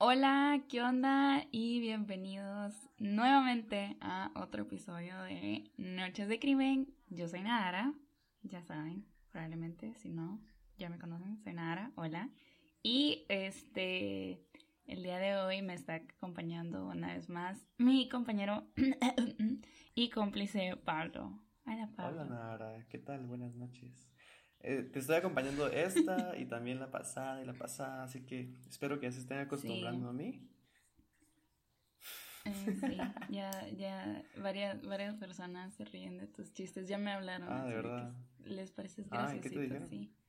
Hola, ¿qué onda? Y bienvenidos nuevamente a otro episodio de Noches de Crimen. Yo soy Nahara, ya saben, probablemente, si no, ya me conocen, soy Nahara, hola. Y el día de hoy me está acompañando una vez más mi compañero y cómplice Pablo. Hola, Pablo. Hola Nara, ¿qué tal? Buenas noches. Te estoy acompañando esta y también la pasada, así que espero que ya se estén acostumbrando Sí. a mí. Sí, ya varias personas se ríen de tus chistes, ya me hablaron Ah, de así de que verdad. les pareces Ah, ¿y qué te graciosito, dijeron? sí.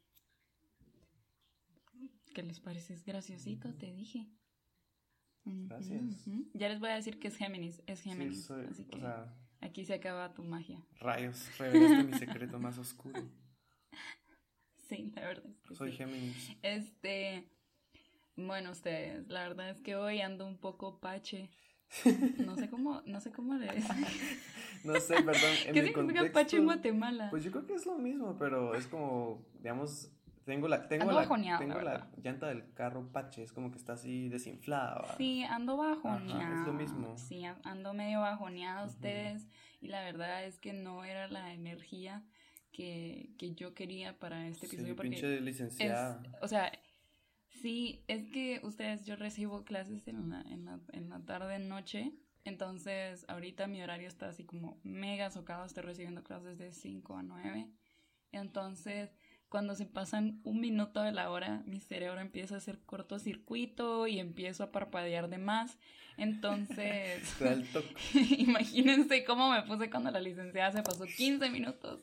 Que les pareces graciosito, te dije. Gracias. Ya les voy a decir que es Sí, Géminis, así o que sea, aquí se acaba tu magia. rayos, revelaste mi secreto más oscuro. Sí, la verdad es que Soy sí. Géminis. Este, bueno, ustedes, la verdad es que hoy ando un poco pache. No sé cómo le dicen. No sé, perdón, en ¿Qué mi significa pache en contexto, Guatemala? pues yo creo que es lo mismo, pero es como, digamos, Ando bajoneado, la tengo verdad. la llanta del carro pache, es como que está así desinflada, ¿va? Sí, ando Ajá, es lo bajoneada. mismo. Sí, ando medio bajoneada Ujú. ustedes. Y la verdad es que no era la energía que yo quería para este Sí, episodio. pinche Porque es, licenciada. o sea, sí, es que ustedes, yo recibo clases en la tarde, noche. Entonces, ahorita mi horario está así como mega socado. Estoy recibiendo clases de 5 a 9. Entonces, cuando se pasan un minuto de la hora, mi cerebro empieza a hacer cortocircuito y empiezo a parpadear de más. Entonces, Te da el toque. imagínense cómo me puse cuando la licenciada se pasó 15 minutos.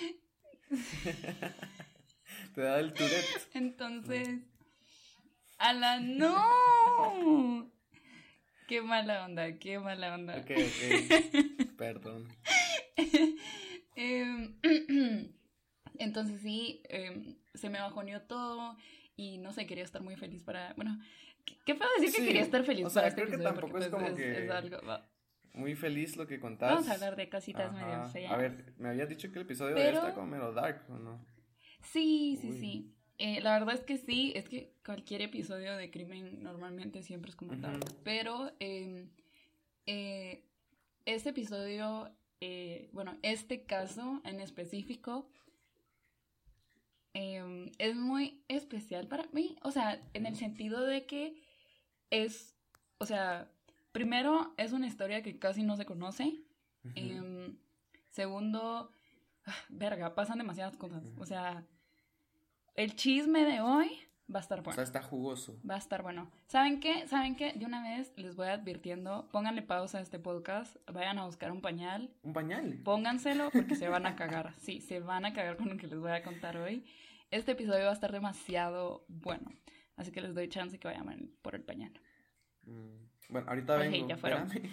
Te da el Tourette. Entonces, a la no. Qué mala onda, qué mala onda. Ok, ok. Perdón. Em, Entonces sí, se me bajoneó todo y no sé, quería estar muy feliz para... Bueno, ¿qué puedo decir que quería estar Sí, o feliz para sea, este creo que episodio? Porque tampoco es pues como es que algo... muy feliz lo que Vamos a contás. hablar de cositas medio Ajá. A feas. ver, me habías dicho que el episodio de hoy está Pero como medio dark, ¿o no? sí, sí, Uy. sí. La verdad es que sí, es que cualquier episodio de crimen normalmente siempre es como Ujú. dark. Pero este episodio, bueno, este caso en específico es muy especial para mí, o sea, en el sentido de que es, o sea, primero es una historia que casi no se conoce, Ujú. em, segundo, verga, pasan demasiadas cosas, o sea, el chisme de hoy va a estar O sea, bueno. está jugoso. Va a estar bueno. ¿Saben qué? ¿Saben qué? De una vez les voy advirtiendo, pónganle pausa a este podcast, vayan a buscar un pañal, Un pañal. pónganselo porque se van a cagar. Sí, se van a cagar con lo que les voy a contar hoy. Este episodio va a estar demasiado bueno. Así que les doy chance que vayan por el pañal. Bueno, ahorita Ok, vengo, ya fueron. espérame.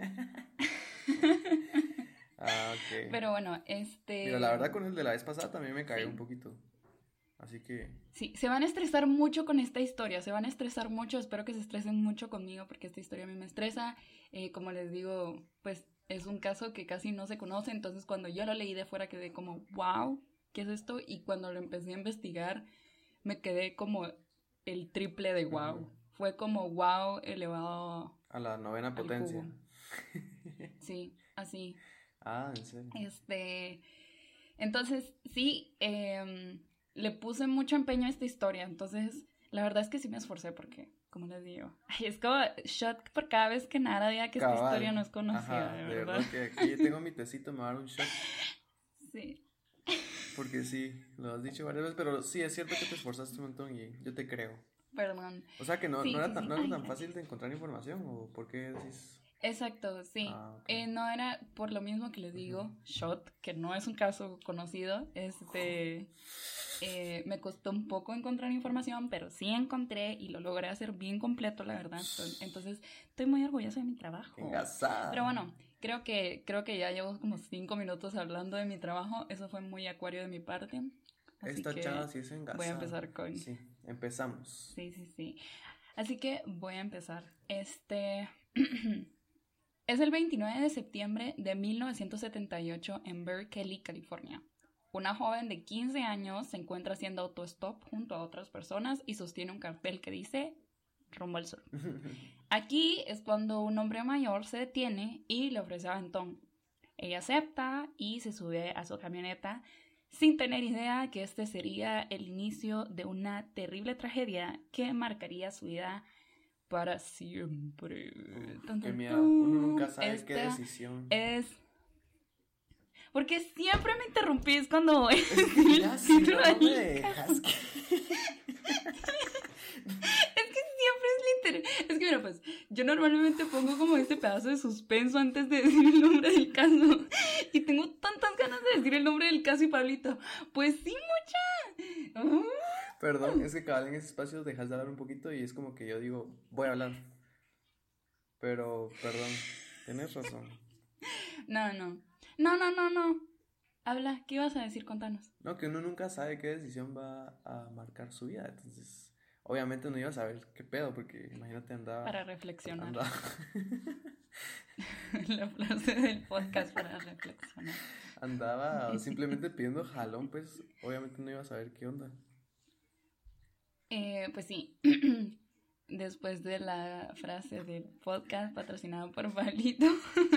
Ah, ok. Pero bueno, Mira, la verdad con el de la vez pasada también me caí un sí. poquito. Así que, Sí, se van a estresar mucho con esta historia, se van a estresar mucho, espero que se estresen mucho conmigo porque esta historia a mí me estresa. Como les digo, pues es un caso que casi no se conoce, entonces cuando yo lo leí de fuera quedé como, wow, ¿qué es esto? Y cuando lo empecé a investigar me quedé como el triple de wow. ujú, Fue como wow elevado a la novena al potencia. cubo. Sí, así. Ah, en serio. Este, entonces, sí, le puse mucho empeño a esta historia. Entonces, la verdad es que sí me esforcé porque, como les digo, ay, es como shot por cada vez que nada diga que esta historia no Cabal. es conocida, Ajá, de de verdad. verdad que aquí yo tengo mi tecito, me va a dar un shot. Sí, Porque sí, lo has dicho varias veces, pero sí, es cierto que te esforzaste un montón y yo te creo. perdón. O sea que Sí, sí, sí. no era Ay, tan fácil gracias. de encontrar información, ¿o por qué decís? Exacto, sí. Ah, ok. No era por lo mismo que les digo, shot, que no es un caso conocido. Me costó un poco encontrar información, pero sí encontré y lo logré hacer bien completo, la verdad. Entonces, estoy muy orgullosa de mi Qué trabajo. Pero engasada. bueno, creo que ya llevo como 5 minutos hablando de mi trabajo. Eso fue muy acuario de mi parte. Así Esta chava que sí es voy a engasada. empezar con... Sí, empezamos. Sí, sí, sí. Así que voy a empezar. Es el 29 de septiembre de 1978 en Berkeley, California. Una joven de 15 años se encuentra haciendo autostop junto a otras personas y sostiene un cartel que dice rumbo al sur. Aquí es cuando un hombre mayor se detiene y le ofrece aventón. Ella acepta y se sube a su camioneta sin tener idea que este sería el inicio de una terrible tragedia que marcaría su vida para siempre. Qué miedo. Uno nunca sabe qué decisión. Porque siempre me interrumpís cuando voy. Ya, si no me dejas. Es que mira, pues, yo normalmente pongo como este pedazo de suspenso antes de decir el nombre del caso. Y tengo tantas ganas de decir el nombre del caso y Pablito. Pues sí, mucha. Perdón, es que cabal en ese espacio dejas de hablar un poquito y es como que yo digo, voy a hablar. Pero, perdón, tienes razón. No. Habla, ¿qué ibas a decir? Contanos. No, que uno nunca sabe qué decisión va a marcar su vida, entonces... Obviamente no iba a saber qué pedo, porque imagínate andaba... Para reflexionar. La frase del podcast para reflexionar. Andaba simplemente pidiendo jalón, pues obviamente no iba a saber qué onda. Pues sí. Después de la frase del podcast patrocinado por Pablito.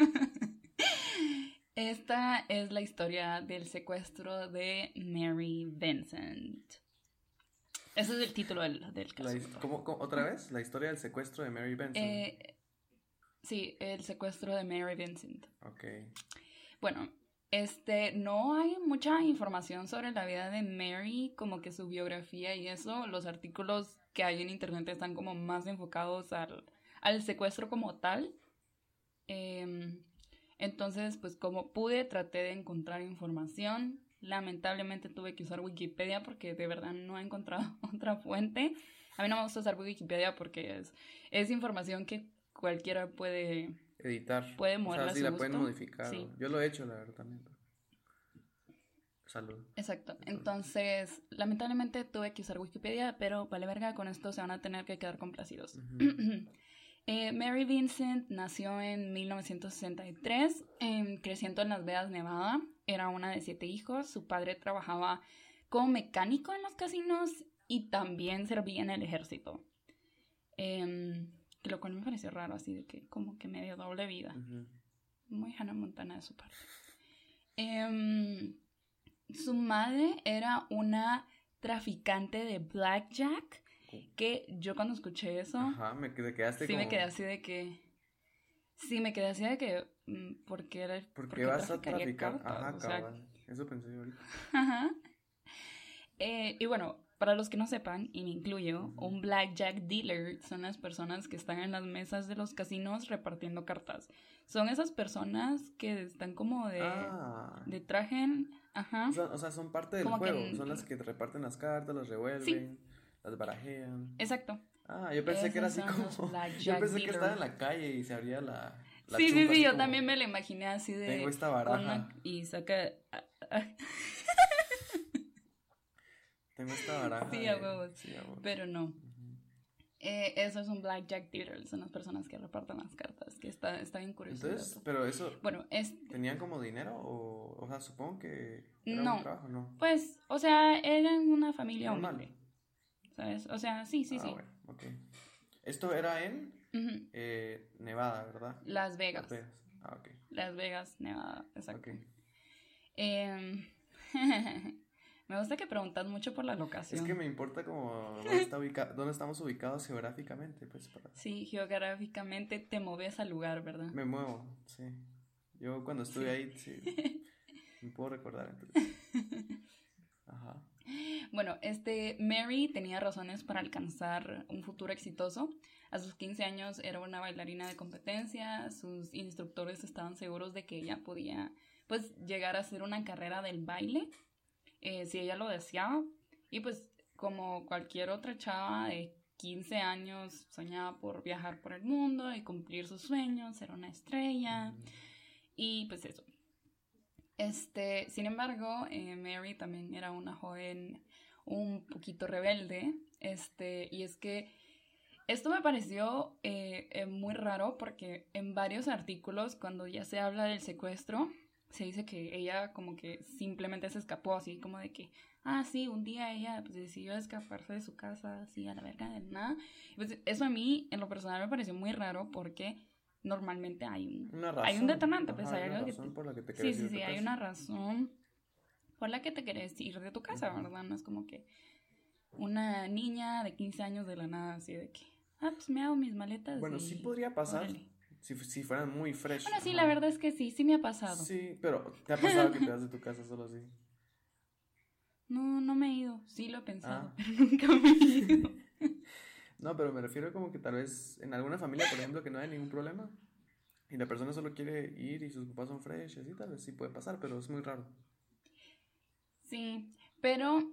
Esta es la historia del secuestro de Mary Vincent. Ese es el título del caso. ¿Cómo, otra vez? La historia del secuestro de Mary Vincent. Sí, el secuestro de Mary Vincent. Ok. Bueno, no hay mucha información sobre la vida de Mary, como que su biografía y eso. Los artículos que hay en internet están como más enfocados al secuestro como tal. Entonces, pues como pude, traté de encontrar información. Lamentablemente tuve que usar Wikipedia porque de verdad no he encontrado otra fuente. A mí no me gusta usar Wikipedia porque es información que cualquiera puede editar. Puede moverla, o sea, sí a su la pueden gusto. modificar. Sí. Yo lo he hecho, la verdad, también. Salud. Exacto. Entonces, lamentablemente tuve que usar Wikipedia, pero vale verga, con esto se van a tener que quedar complacidos. Uh-huh. Mary Vincent nació en 1963, creciendo en Las Vegas, Nevada. Era una de 7 hijos. Su padre trabajaba como mecánico en los casinos y también servía en el ejército. Lo cual me pareció raro, así de que como que medio doble vida. Uh-huh. Muy Hannah Montana de su parte. Su madre era una traficante de blackjack, que yo cuando escuché eso... Ajá, me quedaste sí, como... me quedé así de que... Sí, me quedé así de que... ¿Por qué vas a traficar? Cartas? Ajá, o sea, cabal. Eso pensé yo ahorita. Ajá. Y bueno, para los que no sepan, y me incluyo, uh-huh. Un blackjack dealer son las personas que están en las mesas de los casinos repartiendo cartas. Son esas personas que están como de traje... Ajá. O sea, son parte del como juego. Son las que reparten las cartas, las revuelven, sí. Las barajean. Exacto. Ah, yo pensé que era así como... Yo pensé que estaba en la calle y se abría la sí, yo también me la imaginé así de... Tengo esta baraja. Y saca... Tengo esta baraja. Sí, a huevos. Pero no. Uh-huh. Eso es un blackjack dealer. Son las personas que reparten las cartas. Que está bien curioso. Entonces, pero eso... Bueno, ¿tenían como dinero? O sea, supongo que era un trabajo, ¿no? Pues, o sea, eran una familia humilde. ¿Sabes? O sea, sí. Bueno, ok. Esto era en uh-huh. Nevada, ¿verdad? Las Vegas. Ah, ok. Las Vegas, Nevada, exacto. Okay. Me gusta que preguntas mucho por la locación. Es que me importa como dónde estamos ubicados geográficamente, pues. Sí, geográficamente te mueves al lugar, ¿verdad? Me muevo, sí. Yo cuando estuve ahí, sí, me puedo recordar entonces. Ajá. Bueno, Mary tenía razones para alcanzar un futuro exitoso. A sus 15 años era una bailarina de competencia. Sus instructores estaban seguros de que ella podía, pues, llegar a hacer una carrera del baile. Si ella lo deseaba. Y pues como cualquier otra chava de 15 años soñaba por viajar por el mundo y cumplir sus sueños, ser una estrella. Y pues eso. Sin embargo, Mary también era una joven un poquito rebelde. Y es que esto me pareció muy raro porque en varios artículos, cuando ya se habla del secuestro, se dice que ella como que simplemente se escapó, así como de que, sí, un día ella pues, decidió escaparse de su casa, así a la verga de nada. Pues eso a mí, en lo personal, me pareció muy raro porque normalmente Una hay un razón. detonante, pues Ajá, hay hay una algo que razón por la que te sí, quieres ir sí, de sí, tu hay casa. una razón por la que te querés ir de tu casa, Ujú. ¿verdad? No es como que una niña de 15 años de la nada, así de que, pues me hago mis maletas Bueno, sí y podría pasar órale. si fueran muy fresh, Bueno, sí, la ajá. verdad es que sí me ha pasado. Sí, pero ¿te ha pasado que te vas de tu casa solo así? No me he ido. Sí lo he Ah. pensado, pero nunca me he ido. No, pero me refiero como que tal vez en alguna familia, por ejemplo, que no hay ningún problema y la persona solo quiere ir y sus papás son fresh y así, tal vez sí puede pasar, pero es muy raro. Sí, pero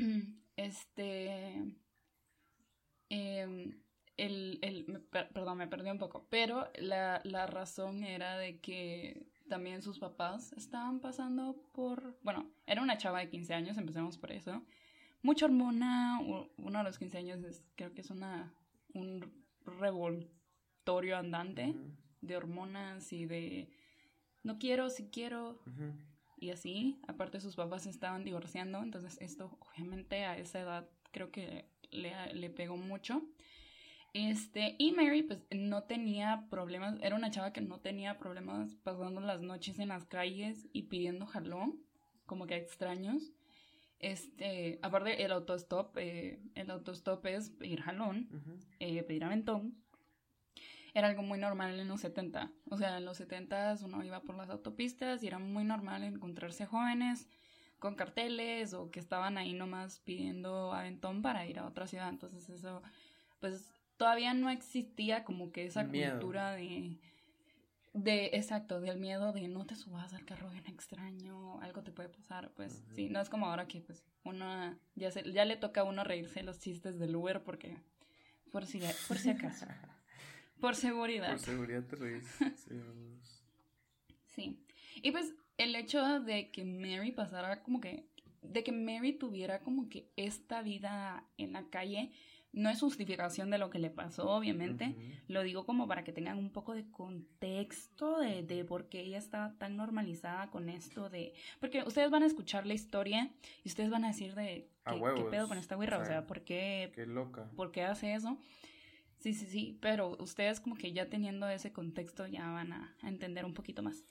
este em, perdón, me perdí un poco, pero la razón era de que también sus papás estaban pasando por, bueno, era una chava de 15 años, empecemos por eso, mucha hormona, uno de los 15 años creo que es un revoltorio andante Ujú, de hormonas y de no quiero, si quiero, ujú. y así. Aparte sus papás se estaban divorciando, entonces esto obviamente a esa edad creo que le pegó mucho. Y Mary pues no tenía problemas, era una chava que no tenía problemas pasando las noches en las calles y pidiendo jalón, como que a extraños. Aparte el autostop es pedir jalón, Ujú. pedir aventón. Era algo muy normal en los 70. O sea, en los 70 uno iba por las autopistas y era muy normal encontrarse jóvenes con carteles o que estaban ahí nomás pidiendo aventón para ir a otra ciudad. Entonces eso, pues todavía no existía como que esa Miedo. cultura exacto, del miedo de no te subas al carro de un extraño, algo te puede pasar, pues Ujú. sí, no es como ahora que pues uno ya le toca a uno reírse de los chistes del Uber porque por si acaso, por Por seguridad. seguridad te reís. Sí, vamos. Sí. Y pues el hecho de que Mary pasara como que, de que Mary tuviera como que esta vida en la calle, no es justificación de lo que le pasó, obviamente. Ujú. Lo digo como para que tengan un poco de contexto de por qué ella estaba tan normalizada con esto de... Porque ustedes van a escuchar la historia y ustedes van a decir de A qué pedo con huevos. esta O güira, o sea, sea, qué loca. por qué hace eso? Sí, pero ustedes como que ya teniendo ese contexto ya van a entender un poquito más.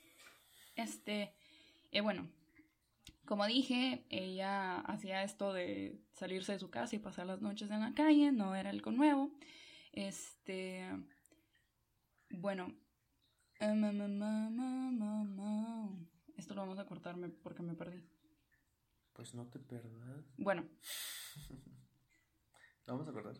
Bueno, como dije, ella hacía esto de salirse de su casa y pasar las noches en la calle, no era algo nuevo. Bueno, esto lo vamos a cortar porque me perdí. Pues no te perdas. Bueno, Lo vamos a acordar.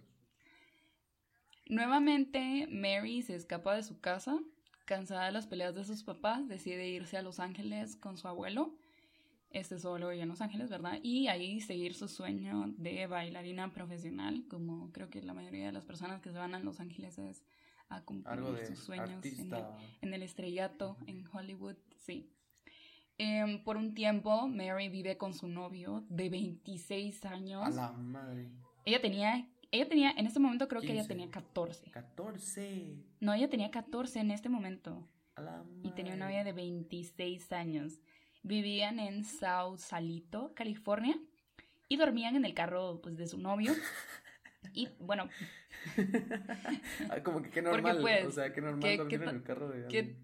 nuevamente Mary se escapa de su casa, cansada de las peleas de sus papás, decide irse a Los Ángeles con su abuelo. Solo vive en Los Ángeles, ¿verdad? Y ahí seguir su sueño de bailarina profesional, como creo que la mayoría de las personas que se van a Los Ángeles es a Algo cumplir de sus sueños artista. en el estrellato en Hollywood, sí. Por un tiempo, Mary vive con su novio de 26 A años. la madre. Ella tenía, en este momento creo que ella 15. tenía 14. 14. No, ella tenía 14 en este momento. A la Y tenía una madre. novia de 26 años. Vivían en Sausalito, California, y dormían en el carro pues, de su novio. Y bueno, Como que qué porque normal. pues, O sea, qué normal dormir en el carro de alguien.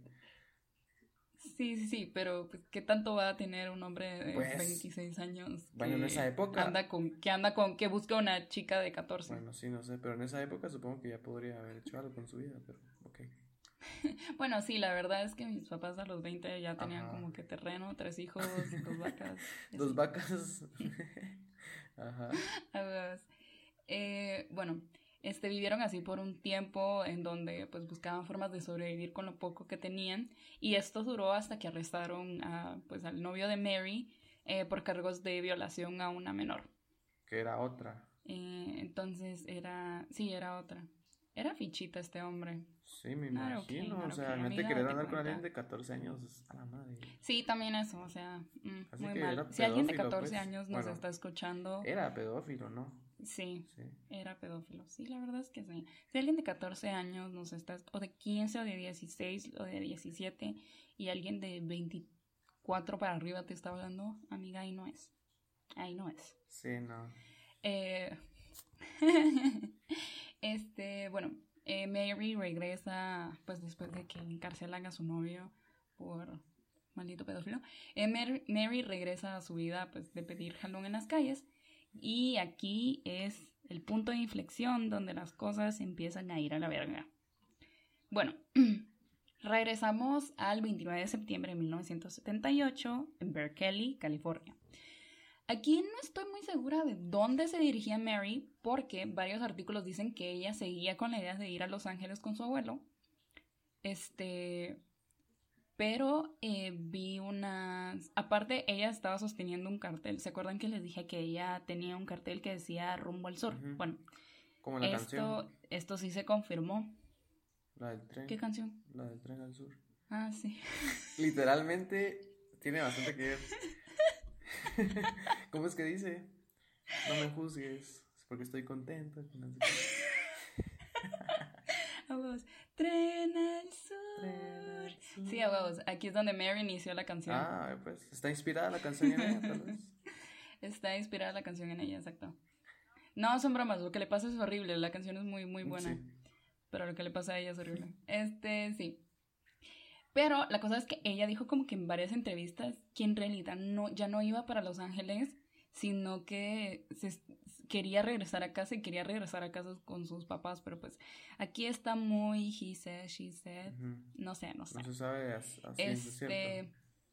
Sí, pero pues, ¿qué tanto va a tener un hombre de Pues, 26 años bueno, en esa época. que busca una chica de 14? Bueno, sí, no sé, pero en esa época supongo que ya podría haber hecho algo con su vida, pero ok. Bueno, sí, la verdad es que mis papás a los 20 ya tenían Ajá. como que terreno, 3 hijos, 2 vacas. y Dos así. vacas. Ajá. Además, bueno, vivieron así por un tiempo en donde pues buscaban formas de sobrevivir con lo poco que tenían y esto duró hasta que arrestaron pues al novio de Mary por cargos de violación a una menor. Que era otra. Entonces era otra. Era fichita este hombre. Sí, me Not okay, imagino. not O sea, okay. realmente Amiga, querer date andar con cuenta. alguien de 14 años es a la madre. Sí, también eso, o sea, Así muy que mal. era Si alguien de pedófilo, 14 pues. años nos Bueno, está escuchando, era pedófilo, ¿no? sí, Sí. era pedófilo. Sí, la verdad es que sí. Si alguien de 14 años nos está, o de 15 o de 16 o de 17 y alguien de 4 para arriba te está hablando, amiga, ahí no es. Ahí no es. Sí, no. Bueno, Mary regresa, pues después de que encarcelan a su novio por maldito pedófilo. Mary regresa a su vida, pues, de pedir jalón en las calles. Y aquí es el punto de inflexión donde las cosas empiezan a ir a la verga. Bueno, regresamos al 29 de septiembre de 1978 en Berkeley, California. Aquí no estoy muy segura de dónde se dirigía Mary, porque varios artículos dicen que ella seguía con la idea de ir a Los Ángeles con su abuelo. Pero vi unas... Aparte, ella estaba sosteniendo un cartel. ¿Se acuerdan que les dije que ella tenía un cartel que decía Rumbo al Sur? Ujú. Bueno, Como la canción. Esto sí se confirmó. La del tren. ¿Qué canción? La del tren al sur. Ah, sí. Literalmente tiene bastante que ver. ¿Cómo es que dice? No me juzgues, porque estoy contenta. A huevos. Tren al sur. Sí, a huevos. Aquí es donde Mary inició la canción. Ah, pues está inspirada la canción en ella, tal vez. Está inspirada la canción en ella, exacto. No, son bromas. Lo que le pasa es horrible. La canción es muy, muy buena. Sí. Pero lo que le pasa a ella es horrible. Sí. Pero la cosa es que ella dijo como que en varias entrevistas que en realidad ya no iba para Los Ángeles, sino que quería regresar a casa y quería regresar a casa con sus papás, pero pues aquí está muy he said, she said, no sé. No se sabe así es cierto.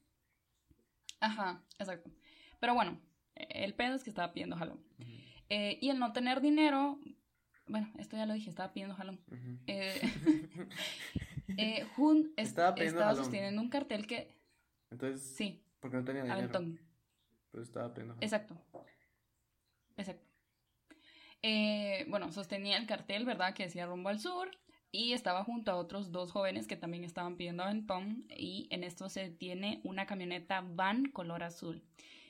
Ajá, exacto. Pero bueno, el pedo es que estaba pidiendo jalón. Y el no tener dinero, bueno, esto ya lo dije, estaba pidiendo jalón. Estaba sosteniendo un cartel que... Entonces, sí, porque no tenía dinero. Aventón. Pero estaba pidiendo jalón. Exacto. Bueno, sostenía el cartel, ¿verdad? Que decía Rumbo al Sur. Y estaba junto a otros 2 jóvenes que también estaban pidiendo aventón. Y en esto se detiene una camioneta van color azul.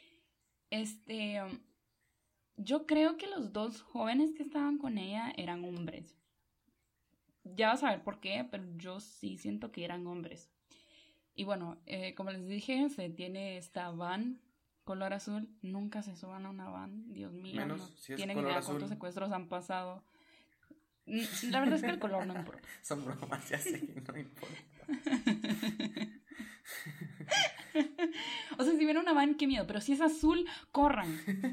Yo creo que los 2 jóvenes que estaban con ella eran hombres. Ya vas a ver por qué, pero yo sí siento que eran hombres. Y bueno, como les dije, se detiene esta van color azul. Nunca se suban a una van, Dios mío. Menos no si es tienen color idea azul. cuántos secuestros han pasado. La verdad es que el color no importa. Son bromas, ya sé, no importa. O sea, si ven una van, qué miedo. Pero si es azul, corran.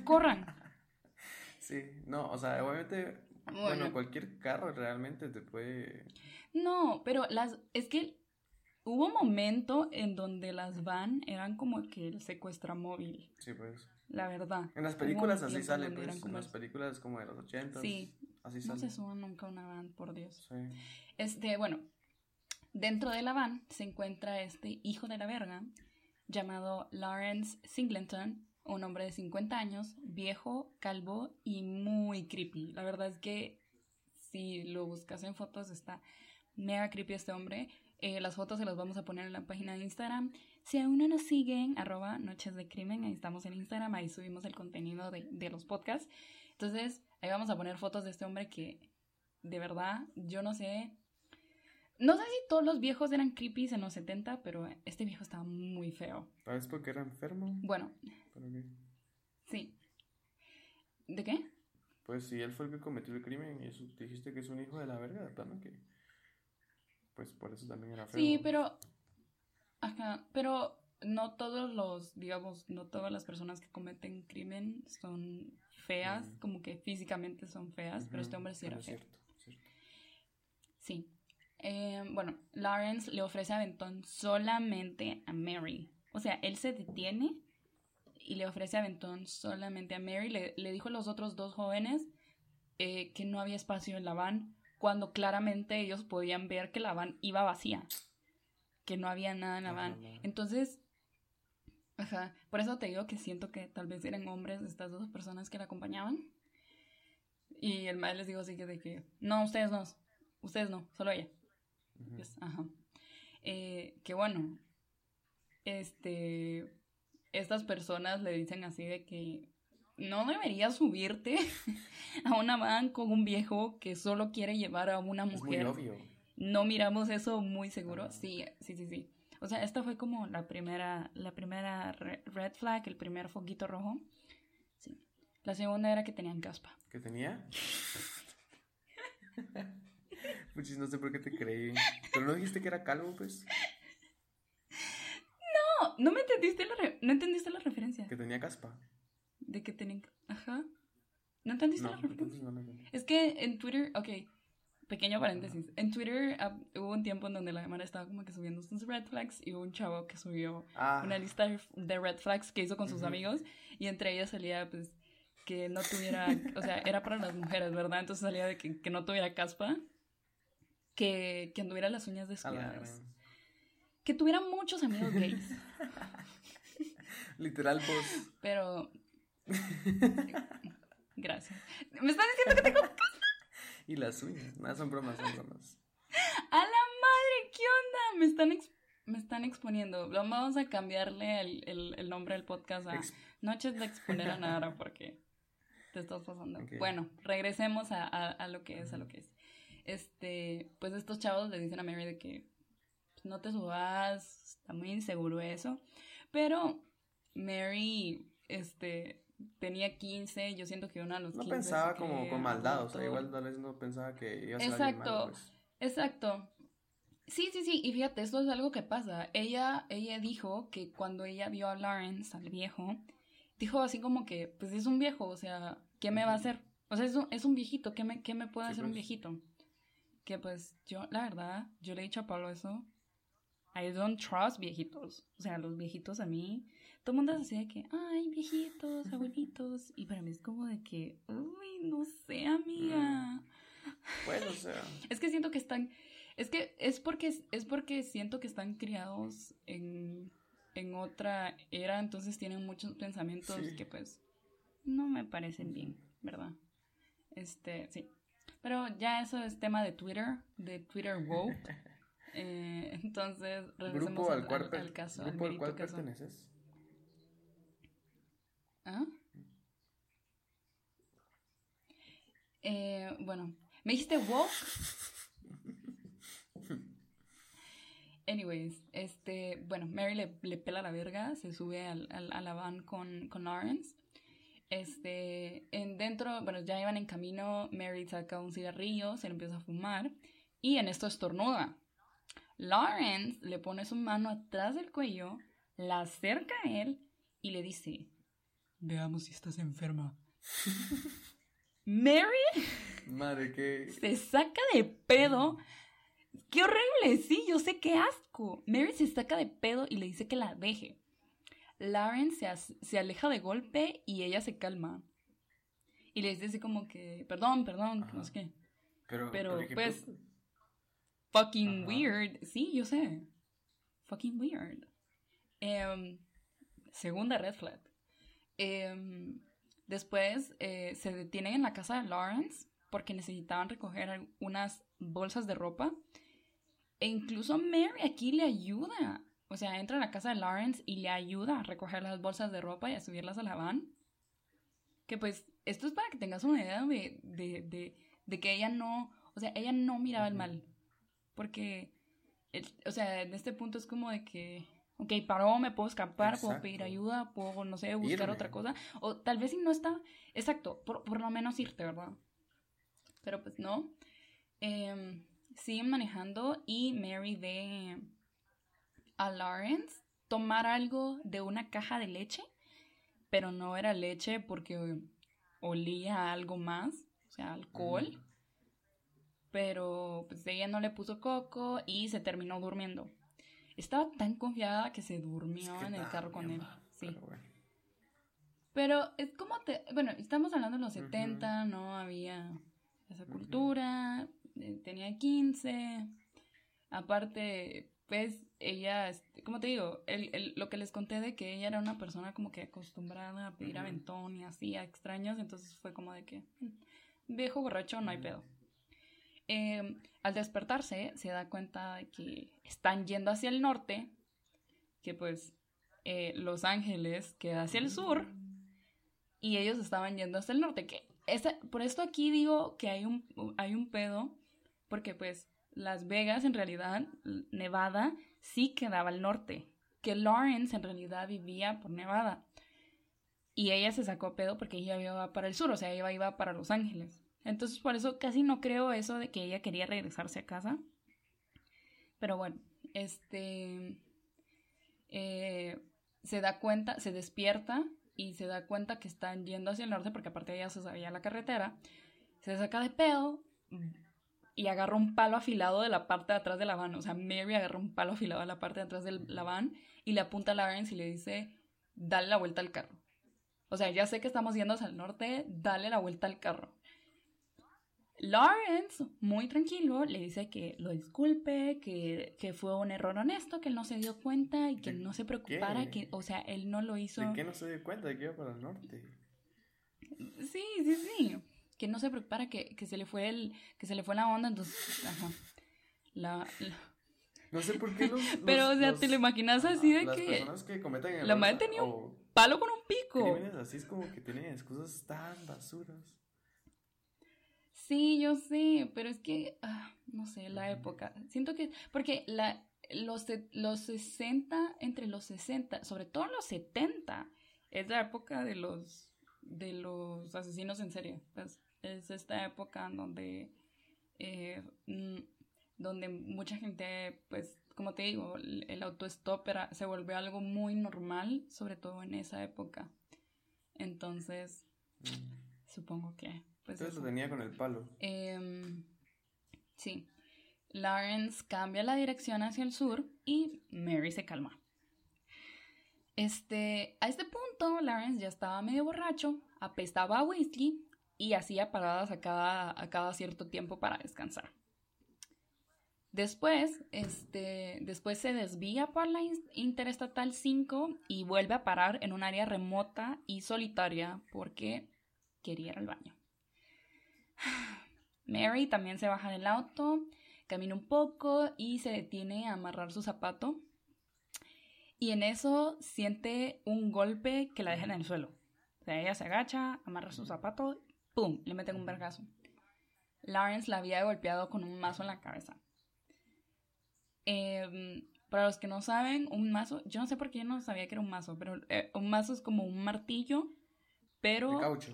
Sí, no, o sea, obviamente, bueno, cualquier carro realmente te puede... No, pero es que hubo un momento en donde las van eran como que el secuestramóvil. Sí, pues. La verdad. En las películas así sale, pues. En las películas como de los 80s. Sí. Así sale. No se suban nunca a una van, por Dios. Sí. Bueno, dentro de la van se encuentra este hijo de la verga llamado Lawrence Singleton, un hombre de 50 años, viejo, calvo y muy creepy. La verdad es que si lo buscas en fotos está mega creepy este hombre. Las fotos se las vamos a poner en la página de Instagram. Si aún no nos siguen, @nochesdecrimen, ahí estamos en Instagram, ahí subimos el contenido de los podcasts. Entonces, ahí vamos a poner fotos de este hombre que, de verdad, yo no sé si todos los viejos eran creepy en los 70, pero este viejo estaba muy feo. ¿Tal vez porque era enfermo? Bueno. ¿Para qué? Sí. ¿De qué? Pues si él fue el que cometió el crimen y eso, dijiste que es un hijo de la verga, de plano que... Pues por eso también era feo. Sí, pero... Ajá, pero no todos no todas las personas que cometen crimen son feas, como que físicamente son feas, pero este hombre sí era feo. Cierto. Sí. Bueno, Lawrence le ofrece aventón solamente a Mary. O sea, él se detiene y le ofrece aventón solamente a Mary. Le dijo a los otros 2 jóvenes que no había espacio en la van, cuando claramente ellos podían ver que la van iba vacía, que no había nada en la van. Entonces, por eso te digo que siento que tal vez eran hombres estas 2 personas que la acompañaban. Y el maestro les dijo así que no, ustedes no, solo ella. Pues, que bueno, estas personas le dicen así de que no deberías subirte a una van con un viejo que solo quiere llevar a una mujer. Es muy obvio. No miramos eso muy seguro. Sí. O O sea, esta fue como la primera red flag, el primer foquito rojo. Sí. La segunda era que tenían caspa. ¿Qué tenía? Puchis, no sé por qué te creí. ¿Pero no dijiste que era calvo, pues? No me entendiste no entendiste la referencia. ¿Que tenía caspa? De que tenían... Ajá. ¿No entendiste la referencia? Entonces no lo entendí. Es que en Twitter... Ok, pequeño paréntesis. En Twitter hubo un tiempo en donde la Mara estaba como que subiendo sus red flags y hubo un chavo que subió una lista de red flags que hizo con sus amigos y entre ellas salía pues que no tuviera... O sea, era para las mujeres, ¿verdad? Entonces salía de que no tuviera caspa, que anduviera las uñas descuidadas, que tuviera muchos amigos gays. Literal, vos. Pero... Gracias. ¿Me estás diciendo que tengo caspa? Y las uñas. Nada, son bromas, son bromas. ¡A la madre! ¿Qué onda? Me están exponiendo. Vamos a cambiarle el nombre del podcast a Noches de Exponer a Nara porque te estás pasando. Okay. Bueno, regresemos a lo que es, a lo que es. Pues estos chavos le dicen a Mary de que pues, no te subas, está muy inseguro eso. Pero Mary, tenía 15, yo siento que uno a los 15... No pensaba como con maldad, o sea, igual tal vez no pensaba que iba a ser alguien malo, pues. Exacto. Sí, y fíjate, esto es algo que pasa. Ella dijo que cuando ella vio a Lawrence, al viejo, dijo así como que, pues es un viejo, o sea, ¿qué me va a hacer? O sea, es un viejito, ¿qué me puede hacer un viejito? Que pues yo, la verdad, yo le he dicho a Pablo eso, I don't trust viejitos. O sea, los viejitos a mí, todo el mundo es así de que, ay, viejitos, abuelitos. Y para mí es como de que, uy, no sé, amiga. Bueno, o sea. Es que siento que están, es porque siento que están criados en otra era, entonces tienen muchos pensamientos que pues no me parecen bien, ¿verdad? Sí. Pero ya eso es tema de Twitter woke. Entonces, regresemos al caso. ¿Grupo al cual perteneces? ¿Ah? Bueno, ¿me dijiste woke? Anyways, bueno, Mary le pela la verga, se sube a la van con Lawrence. Dentro, bueno, ya iban en camino, Mary saca un cigarrillo, se lo empieza a fumar y en esto estornuda. Lawrence le pone su mano atrás del cuello, la acerca a él y le dice, veamos si estás enferma. Mary Madre, ¿qué? Se saca de pedo. ¡Qué horrible! Sí, yo sé, qué asco. Mary se saca de pedo y le dice que la deje. Lawrence se aleja de golpe y ella se calma. Y le dice así como que, perdón, no sé qué. Pero pues... Fucking weird. Sí, yo sé. Fucking weird. Segunda red flag. Después se detienen en la casa de Lawrence porque necesitaban recoger unas bolsas de ropa. E incluso Mary aquí le ayuda. O sea, entra a la casa de Lawrence y le ayuda a recoger las bolsas de ropa y a subirlas a la van. Que pues, esto es para que tengas una idea de que ella no... O sea, ella no miraba el mal. Porque, o sea, en este punto es como de que, ok, paró, me puedo escapar, puedo pedir ayuda, puedo, no sé, buscar otra cosa. O tal vez si no está, exacto, por lo menos irte, ¿verdad? Pero pues no. Siguen manejando y Mary ve a Lawrence tomar algo de una caja de leche, pero no era leche porque olía a algo más, o sea, alcohol. Pero pues ella no le puso coco y se terminó durmiendo. Estaba tan confiada que se durmió en el carro con él. Sí. Pero es como bueno, estamos hablando de los 70, no había esa cultura. Tenía 15. Aparte, pues ella, como te digo, lo que les conté de que ella era una persona como que acostumbrada a pedir aventón y así a extraños, entonces fue como de que viejo borracho, no hay pedo. Al despertarse se da cuenta de que están yendo hacia el norte, que pues Los Ángeles queda hacia el sur y ellos estaban yendo hacia el norte, que por esto aquí digo que hay un pedo, porque pues Las Vegas, en realidad, Nevada, sí quedaba al norte. Que Lawrence, en realidad, vivía por Nevada. Y ella se sacó pedo porque ella iba para el sur, o sea, ella iba para Los Ángeles. Entonces, por eso casi no creo eso de que ella quería regresarse a casa. Pero bueno, se da cuenta, se despierta y se da cuenta que están yendo hacia el norte porque aparte ella se sabía la carretera. Se saca de pedo y agarra un palo afilado de la parte de atrás de la van. O sea, Mary agarra un palo afilado de la parte de atrás de la van y le apunta a Lawrence y le dice, dale la vuelta al carro. O sea, ya sé que estamos yendo hacia el norte, dale la vuelta al carro. Lawrence, muy tranquilo, le dice que lo disculpe, que fue un error honesto, que él no se dio cuenta y que no se preocupara, que, o sea, él no lo hizo... ¿De qué no se dio cuenta de que iba para el norte? Sí. Que no se preocupara, que se le fue la onda, entonces, ajá. No sé por qué pero, o sea, te lo imaginas así de las que... Las personas que cometen errores... La madre tenía un palo con un pico. Crímenes así es como que tienen excusas tan basuras. Sí, yo sé, pero es que, no sé, la época. Siento que, porque los 60, entre los 60, sobre todo los 70, es la época de los asesinos en serie. Pues, es esta época donde mucha gente, pues, como te digo, el autostop se volvió algo muy normal, sobre todo en esa época. Entonces, supongo que... Pues entonces lo tenía con el palo. Sí. Lawrence cambia la dirección hacia el sur y Mary se calma. A este punto, Lawrence ya estaba medio borracho, apestaba a whisky y hacía paradas a cada cierto tiempo para descansar. Después se desvía por la Interestatal 5 y vuelve a parar en un área remota y solitaria porque quería ir al baño. Mary también se baja del auto, camina un poco y se detiene a amarrar su zapato. Y en eso siente un golpe que la deja en el suelo. O sea, ella se agacha, amarra su zapato, ¡pum! Le meten un vergazo. Lawrence la había golpeado con un mazo en la cabeza. Para los que no saben, un mazo... Yo no sé por qué yo no sabía que era un mazo, pero un mazo es como un martillo, pero... De caucho.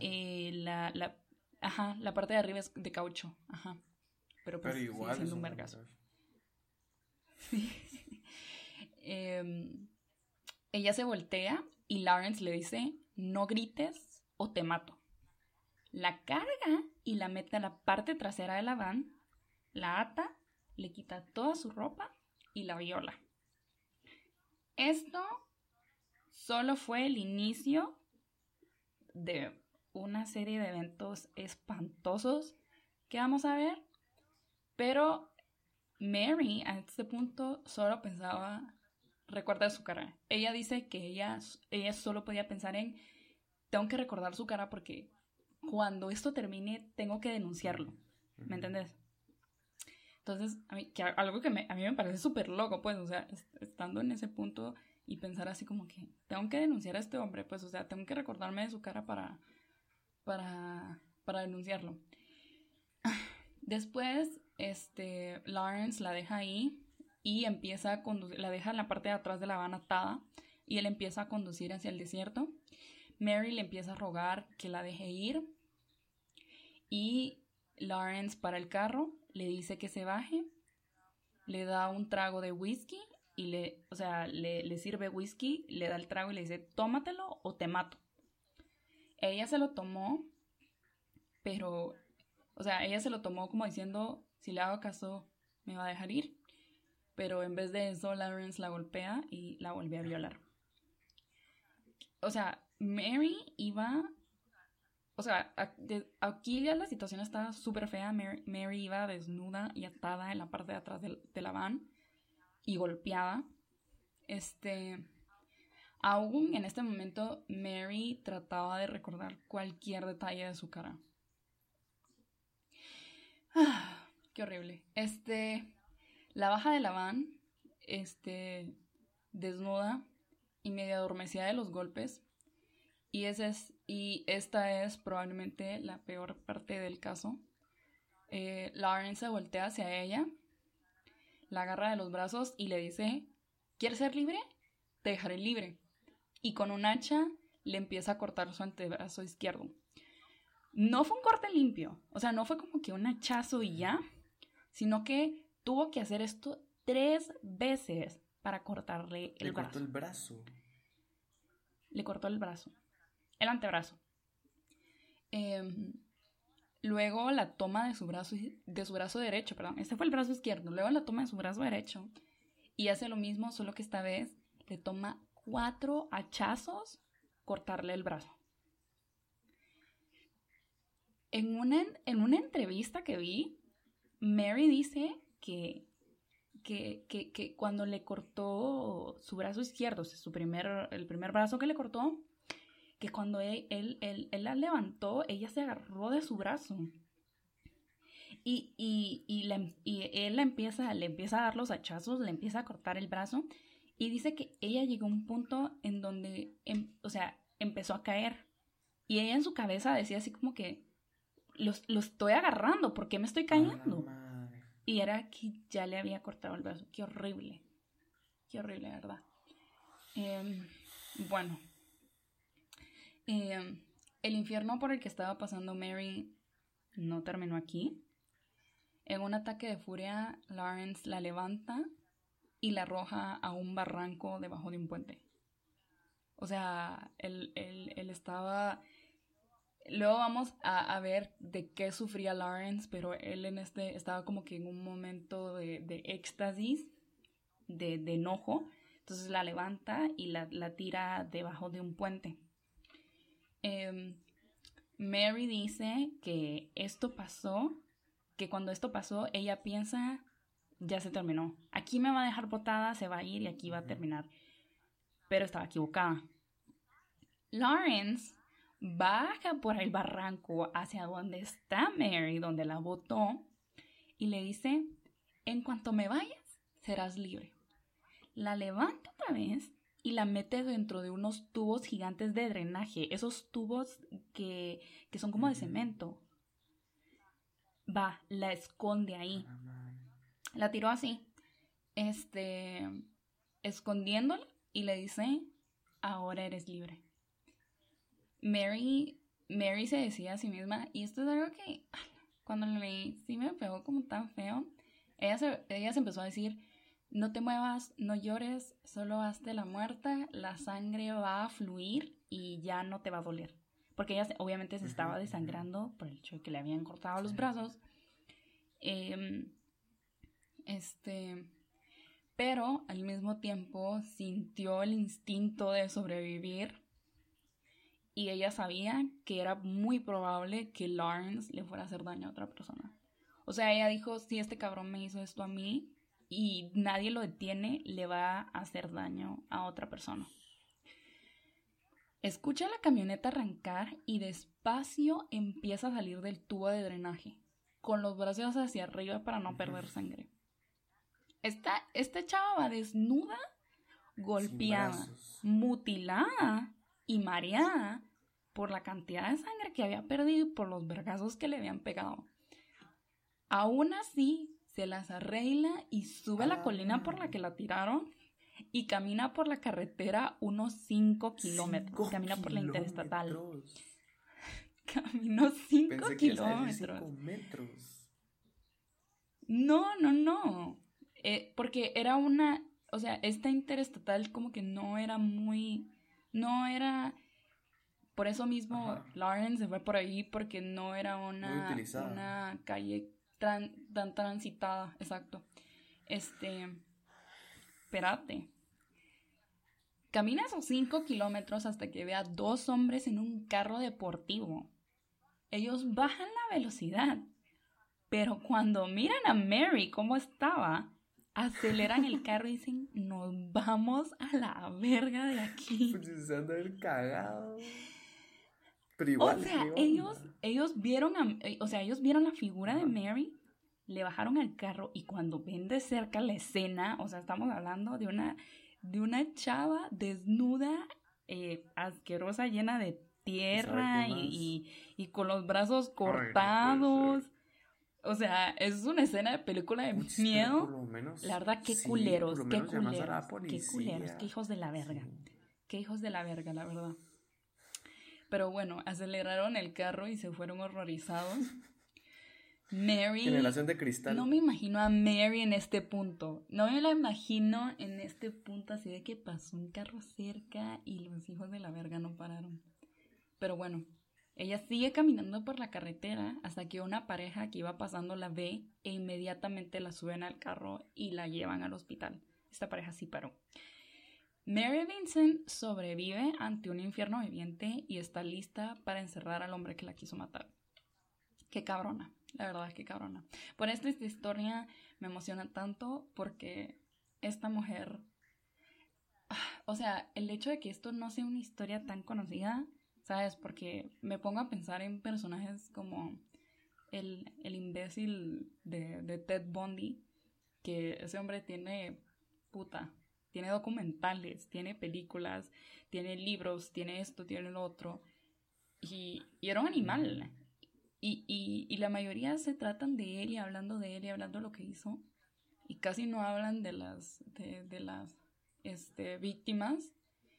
La parte de arriba es de caucho. Ajá. Pero pues igual sigue siendo un vergazo. Sí. Ella se voltea y Lawrence le dice, no grites o te mato. La carga y la mete a la parte trasera de la van, la ata, le quita toda su ropa y la viola. Esto solo fue el inicio de una serie de eventos espantosos que vamos a ver, pero Mary a este punto solo pensaba, recuerda su cara. Ella dice que ella solo podía pensar en, tengo que recordar su cara porque cuando esto termine tengo que denunciarlo, ¿me entiendes? Entonces, algo que a mí me parece súper loco, pues, o sea, estando en ese punto y pensar así como que tengo que denunciar a este hombre, pues, o sea, tengo que recordarme de su cara para denunciarlo. Después, Lawrence la deja ahí y empieza a conducir, la deja en la parte de atrás de la van atada y él empieza a conducir hacia el desierto. Mary le empieza a rogar que la deje ir y Lawrence para el carro, le dice que se baje, le da un trago de whisky y le sirve whisky, le da el trago y le dice, tómatelo o te mato. Ella se lo tomó, pero, o sea, ella se lo tomó como diciendo, si le hago caso, me va a dejar ir. Pero en vez de eso, Lawrence la golpea y la vuelve a violar. O sea, Mary iba... O sea, aquí ya la situación estaba súper fea. Mary iba desnuda y atada en la parte de atrás de la van y golpeada. Aún en este momento, Mary trataba de recordar cualquier detalle de su cara. Qué horrible. La baja de la van, desnuda y medio adormecida de los golpes. Y esta es probablemente la peor parte del caso. Lawrence se voltea hacia ella la agarra de los brazos y le dice, ¿quieres ser libre? Te dejaré libre. Y con un hacha le empieza a cortar su antebrazo izquierdo. No fue un corte limpio, o sea, no fue como que un hachazo y ya, sino que tuvo que hacer esto 3 veces para cortarle el brazo. Le cortó el brazo. Le cortó el brazo, el antebrazo. Luego la toma de su brazo derecho, perdón, este fue el brazo izquierdo. Luego la toma de su brazo derecho y hace lo mismo, solo que esta vez le toma 4 hachazos cortarle el brazo. En una entrevista que vi, Mary dice que cuando le cortó su brazo izquierdo, o sea, el primer brazo que le cortó, que cuando él la levantó, ella se agarró de su brazo. Y él le empieza a dar los hachazos, le empieza a cortar el brazo. Y dice que ella llegó a un punto en donde, empezó a caer. Y ella en su cabeza decía así como que, lo estoy agarrando, ¿por qué me estoy cayendo? Y era que ya le había cortado el brazo. Qué horrible, ¿verdad? Bueno. El infierno por el que estaba pasando Mary no terminó aquí. En un ataque de furia, Lawrence la levanta y la arroja a un barranco debajo de un puente. O sea, él estaba... Luego vamos a ver de qué sufría Lawrence, pero él estaba como que en un momento de éxtasis, de enojo. Entonces la levanta y la tira debajo de un puente. Mary dice que cuando esto pasó, ella piensa, ya se terminó. Aquí me va a dejar botada, se va a ir y aquí va a terminar. Pero estaba equivocada. Lawrence baja por el barranco hacia donde está Mary, donde la botó, y le dice, en cuanto me vayas, serás libre. La levanta otra vez y la mete dentro de unos tubos gigantes de drenaje, esos tubos que son como de cemento. La esconde ahí. La tiró así, escondiéndola, y le dice, ahora eres libre. Mary se decía a sí misma, y esto es algo que cuando lo leí sí me pegó como tan feo. Ella se empezó a decir, no te muevas, no llores, solo hazte la muerta, la sangre va a fluir y ya no te va a doler. Porque ella obviamente se estaba desangrando por el hecho de que le habían cortado los brazos. Pero al mismo tiempo sintió el instinto de sobrevivir. Y ella sabía que era muy probable que Lawrence le fuera a hacer daño a otra persona. O sea, ella dijo, si este cabrón me hizo esto a mí y nadie lo detiene, le va a hacer daño a otra persona. Escucha la camioneta arrancar y despacio empieza a salir del tubo de drenaje, con los brazos hacia arriba para no perder sangre. Esta chava va desnuda, golpeada, mutilada y mareada por la cantidad de sangre que había perdido y por los vergazos que le habían pegado. Aún así, se las arregla y sube a la colina por la que la tiraron y camina por la carretera unos 5 kilómetros. Camina por la interestatal. Caminó 5 kilómetros. 5 metros. No. Porque era o sea, esta interestatal como que no era... Por eso mismo Lawrence se fue por ahí, porque no era una calle tan transitada. Exacto. Espérate. Camina esos 5 kilómetros hasta que ve a 2 hombres en un carro deportivo. Ellos bajan la velocidad, pero cuando miran a Mary cómo estaba, aceleran el carro y dicen, nos vamos a la verga de aquí. Pues se han de haber cagado. Pero igual, o sea, ellos vieron la figura de Mary, le bajaron al carro y cuando ven de cerca la escena, o sea, estamos hablando de una chava desnuda, asquerosa, llena de tierra y con los brazos cortados. O sea, es una escena de película de miedo. Por lo menos, la verdad, qué sí, culeros, por lo qué menos llamas a culeros, la qué policía. culeros, qué hijos de la verga. Sí. Qué hijos de la verga, la verdad. Pero bueno, aceleraron el carro y se fueron horrorizados. Mary... Generación de cristal. No me imagino a Mary en este punto. No me la imagino en este punto así de que pasó un carro cerca y los hijos de la verga no pararon. Pero bueno, ella sigue caminando por la carretera hasta que una pareja que iba pasando la ve e inmediatamente la suben al carro y la llevan al hospital. Esta pareja sí paró. Mary Vincent sobrevive ante un infierno viviente y está lista para encerrar al hombre que la quiso matar. Qué cabrona, la verdad es que cabrona. Por esto esta historia me emociona tanto porque esta mujer... O sea, el hecho de que esto no sea una historia tan conocida, ¿sabes? Porque me pongo a pensar en personajes como el imbécil de Ted Bundy, que ese hombre tiene tiene documentales, tiene películas, tiene libros, tiene esto, tiene lo otro, y era un animal. Y la mayoría se tratan de él y hablando de él y hablando de lo que hizo. Y casi no hablan de las víctimas.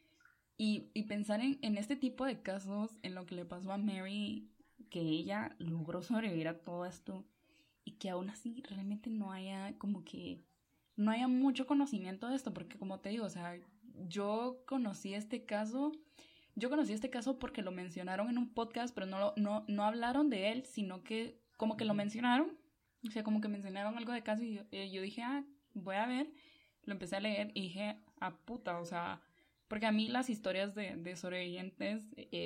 Y pensar en este tipo de casos, en lo que le pasó a Mary, que ella logró sobrevivir a todo esto. Y que aún así realmente no haya mucho conocimiento de esto. Porque como te digo, o sea, yo conocí este caso porque lo mencionaron en un podcast, pero no hablaron de él, sino que como que lo mencionaron. O sea, como que mencionaron algo de caso y yo dije, voy a ver. Lo empecé a leer y dije, puta, o sea, porque a mí las historias de sobrevivientes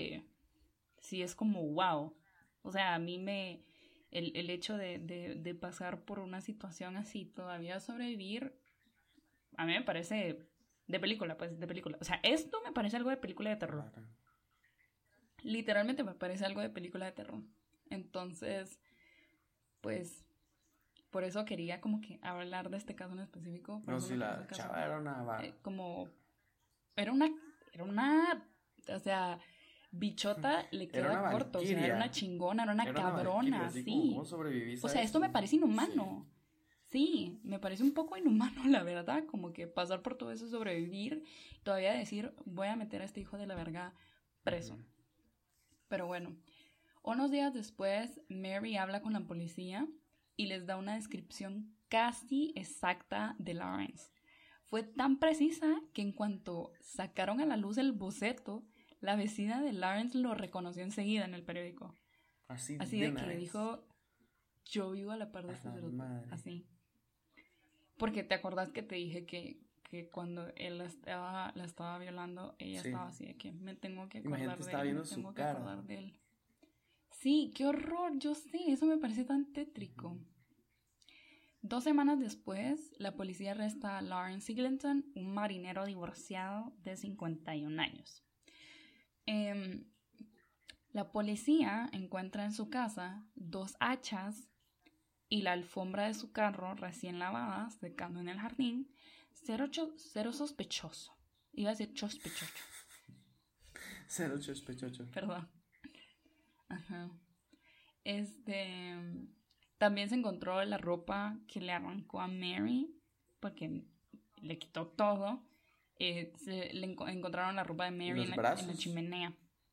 sí es como wow. O sea, a mí el hecho de pasar por una situación así, todavía sobrevivir, a mí me parece... De película. O sea, esto me parece algo de película de terror. Claro. Literalmente me parece algo de película de terror. Entonces, pues, por eso quería como que hablar de este caso en específico. No, sí, la chava era una... Era una... O sea, bichota le queda corto. O sea, era una chingona, era una cabrona, sí. ¿Cómo sobreviviste? O sea, esto me parece inhumano. Sí, me parece un poco inhumano, la verdad, como que pasar por todo eso, sobrevivir, y todavía decir, voy a meter a este hijo de la verga preso. Pero bueno, unos días después, Mary habla con la policía y les da una descripción casi exacta de Lawrence. Fue tan precisa que en cuanto sacaron a la luz el boceto, la vecina de Lawrence lo reconoció enseguida en el periódico. Así de que le dijo, yo vivo a la par de este cerote. Así. Porque te acordás que te dije que cuando él la estaba violando, ella estaba así de que me tengo que acordar de él, me tengo que acordar de él. Sí, qué horror, yo sé, eso me parece tan tétrico. 2 semanas después, la policía arresta a Lawrence Eglinton, un marinero divorciado de 51 años. La policía encuentra en su casa 2 hachas y la alfombra de su carro recién lavada, secando en el jardín. Cero sospechoso. Iba a decir sospechoso. Cero sospechoso. Perdón. Ajá. También se encontró la ropa que le arrancó a Mary, porque le quitó todo. Encontraron la ropa de Mary en la chimenea.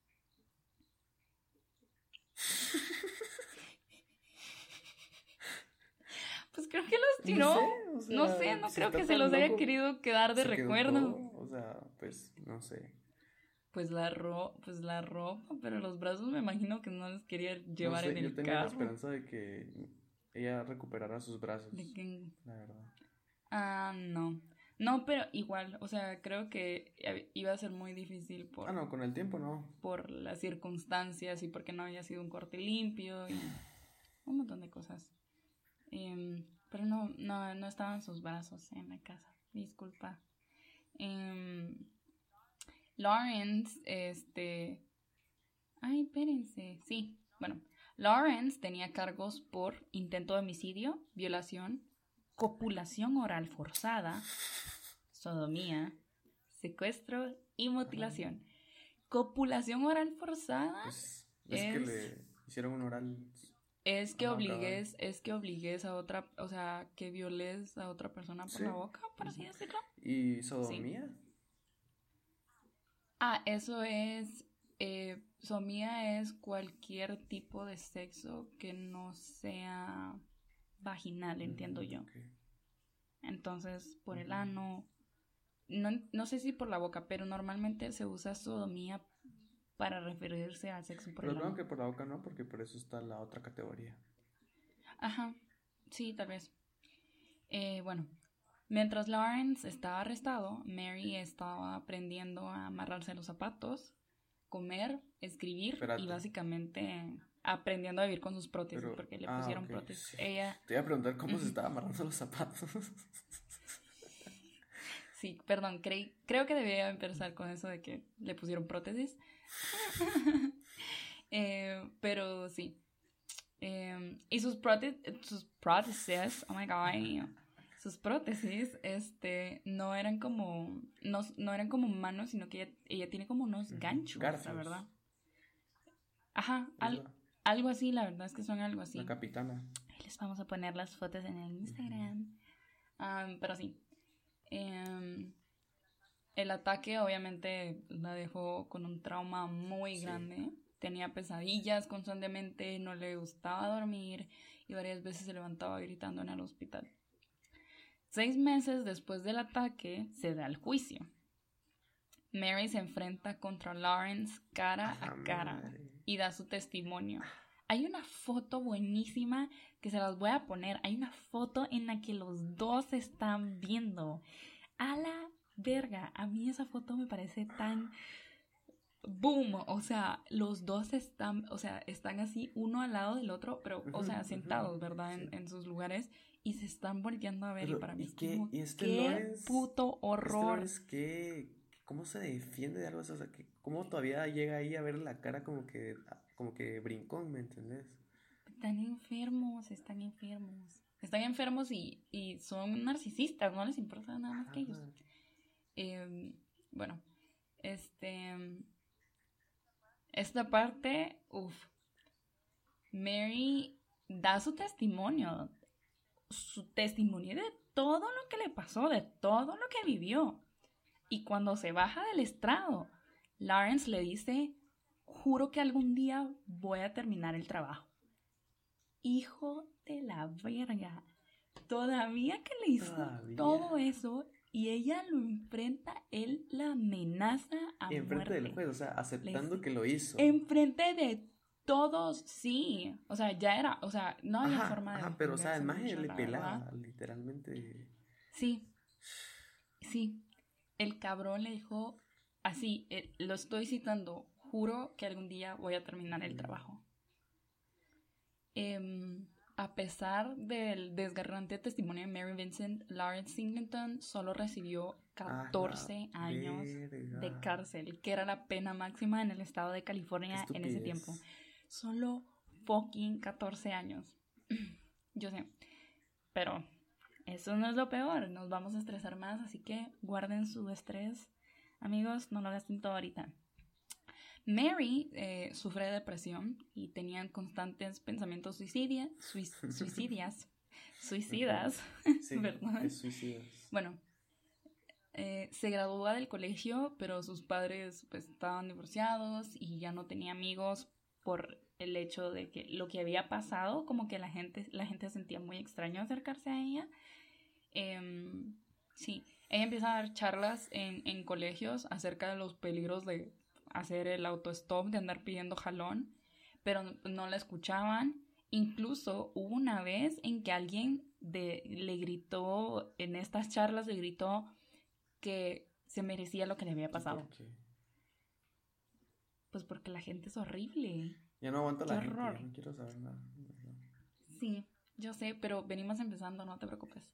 Pues creo que los tiró. No sé, no creo que se los haya querido quedar de recuerdo. O sea, pues, no sé. Pues la ropa, pero los brazos me imagino que no les quería llevar en el carro. Yo tenía la esperanza de que ella recuperara sus brazos. La verdad. No. No, pero igual, o sea, creo que iba a ser muy difícil no, con el tiempo no. Por las circunstancias y porque no había sido un corte limpio y un montón de cosas. Pero no estaban sus brazos en la casa. Disculpa. Lawrence, Ay, espérense. Sí, bueno. Lawrence tenía cargos por intento de homicidio, violación, copulación oral forzada, sodomía, secuestro y mutilación. Copulación oral forzada pues, es que le hicieron un oral Es que Ajá, obligues a otra, o sea, que violes a otra persona por sí. la boca, por así decirlo. ¿Y Sí. sodomía? Eso es, sodomía es cualquier tipo de sexo que no sea vaginal, entiendo yo. Ok. Entonces, por el ano, no sé si por la boca, pero normalmente se usa sodomía para referirse al sexo por Pero el creo ano. que por la boca no, porque por eso está la otra categoría. Ajá, sí, tal vez. Bueno, mientras Lawrence estaba arrestado, Mary estaba aprendiendo a amarrarse los zapatos, comer, escribir y Espérate. básicamente aprendiendo a vivir con sus prótesis Pero, porque le pusieron ok, prótesis. sí. Ella, Te iba a preguntar cómo se estaba amarrando los zapatos. sí, perdón, creo que debía empezar con eso de que le pusieron prótesis. Pero sí. Y sus prótesis, oh my god, sus prótesis, no eran como, no eran como manos, sino que ella tiene como unos ganchos, Garfios. la verdad. Ajá, Es algo así, la verdad es que son algo así. la capitana. Ahí les vamos a poner las fotos en el Instagram. Pero sí. El ataque obviamente la dejó con un trauma muy grande. Tenía pesadillas constantemente, no le gustaba dormir y varias veces se levantaba gritando en el hospital. 6 meses después del ataque se da el juicio. Mary se enfrenta contra Lawrence cara a cara y da su testimonio. Hay una foto buenísima que se las voy a poner. Hay una foto en la que los dos se están viendo. A la verga, a mí esa foto me parece tan boom, o sea, los dos están así uno al lado del otro, pero, o sea, sentados, ¿verdad? Sí. En sus lugares y se están volteando a ver. Pero, y para mí es qué, como, y qué puto horror. ¿Cómo se defiende de algo así? O sea, ¿cómo todavía llega ahí a ver la cara como que brincón, ¿me entendés? Están enfermos. Están enfermos y son narcisistas, no les importa nada más que ellos. Bueno, esta parte, Mary da su testimonio de todo lo que le pasó, de todo lo que vivió. Y cuando se baja del estrado, Lawrence le dice, juro que algún día voy a terminar el trabajo. Hijo de la verga. Todavía que le hizo todo eso y ella lo enfrenta, él la amenaza a muerte. Enfrente del juez, o sea, aceptando que lo hizo. Enfrente de todos, sí. O sea, ya era, o sea, no había forma de... Ajá, pero o sea, el maje mucho, le la pelaba, verdad. literalmente. Sí. El cabrón le dijo así, lo estoy citando, juro que algún día voy a terminar el trabajo. A pesar del desgarrante testimonio de Mary Vincent, Lawrence Singleton solo recibió 14 años de cárcel, que era la pena máxima en el estado de California en ese tiempo. Solo fucking 14 años. Yo sé, pero eso no es lo peor, nos vamos a estresar más, así que guarden su estrés, amigos, no lo gasten todo ahorita. Mary sufre de depresión y tenía constantes pensamientos suicidas, Sí, ¿verdad? es suicidas. Bueno, se gradúa del colegio, pero sus padres pues estaban divorciados y ya no tenía amigos por el hecho de que lo que había pasado, como que la gente sentía muy extraño acercarse a ella. Sí, ella empieza a dar charlas en colegios acerca de los peligros de hacer el autostop, de andar pidiendo jalón, pero no la escuchaban. Incluso hubo una vez en que alguien le gritó, en estas charlas le gritó que se merecía lo que le había pasado. ¿Por qué? Pues porque la gente es horrible. Ya no aguanto la horror. gente, no quiero saber nada. Sí, yo sé, pero venimos empezando, no te preocupes.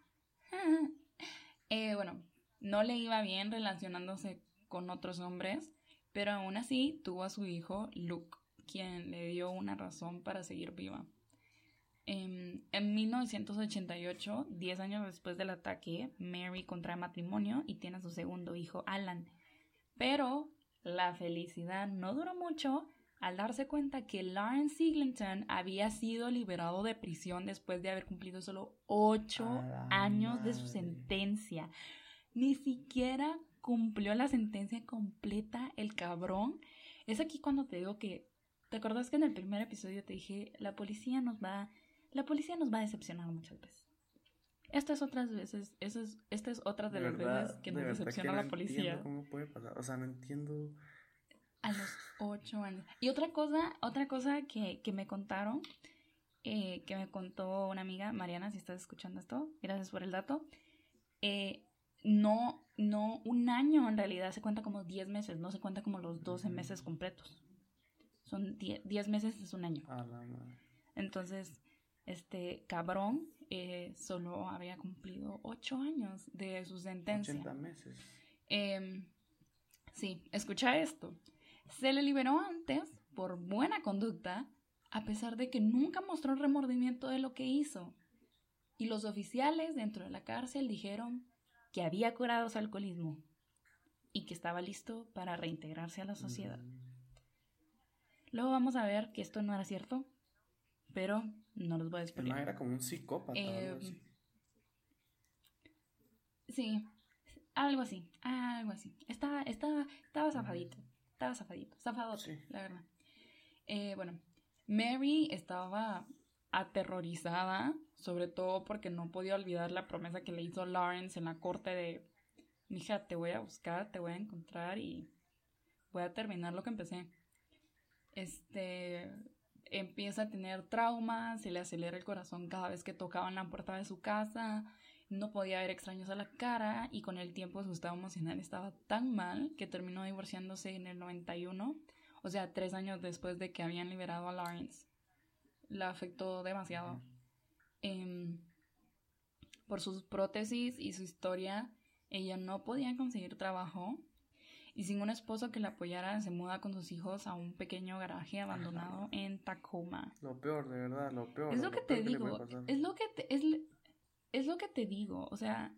Bueno, no le iba bien relacionándose con otros hombres, pero aún así tuvo a su hijo Luke, quien le dio una razón para seguir viva. En 1988, 10 años después del ataque, Mary contrae matrimonio y tiene a su segundo hijo, Alan. Pero la felicidad no duró mucho al darse cuenta que Lawrence Eglinton había sido liberado de prisión después de haber cumplido solo 8 años de su sentencia. Ni siquiera cumplió la sentencia completa el cabrón. Es aquí cuando te digo que... ¿Te acuerdas que en el primer episodio te dije la policía nos va a decepcionar muchas veces? Esta es otra de las veces que nos decepciona la policía. No entiendo cómo puede pasar. O sea, no entiendo. A los 8 años. Y otra cosa que me contaron, que me contó una amiga, Mariana, si estás escuchando esto, gracias por el dato. No, un año en realidad se cuenta como 10 meses, no se cuenta como los 12 meses completos. Son 10 meses es un año. Ah, no. Entonces, cabrón solo había cumplido 8 años de su sentencia. 80 meses. Sí, escucha esto. Se le liberó antes por buena conducta, a pesar de que nunca mostró remordimiento de lo que hizo. Y los oficiales dentro de la cárcel dijeron que había curado su alcoholismo y que estaba listo para reintegrarse a la sociedad. Luego vamos a ver que esto no era cierto, pero no los voy a spoilear. No, era como un psicópata. Sí, algo así. Estaba zafadito. Zafadote, sí. La verdad. Bueno, Mary estaba aterrorizada, sobre todo porque no podía olvidar la promesa que le hizo Lawrence en la corte de: mija, te voy a buscar, te voy a encontrar y voy a terminar lo que empecé. Empieza a tener traumas, se le acelera el corazón cada vez que tocaban la puerta de su casa, no podía ver extraños a la cara y con el tiempo su estado emocional estaba tan mal que terminó divorciándose en el 91, o sea, 3 años después de que habían liberado a Lawrence. La afectó demasiado. Por sus prótesis y su historia, ella no podía conseguir trabajo. Y sin un esposo que la apoyara, se muda con sus hijos a un pequeño garaje abandonado en Tacoma. Lo peor, de verdad, lo peor. Es lo que te digo. Es lo que te digo. O sea,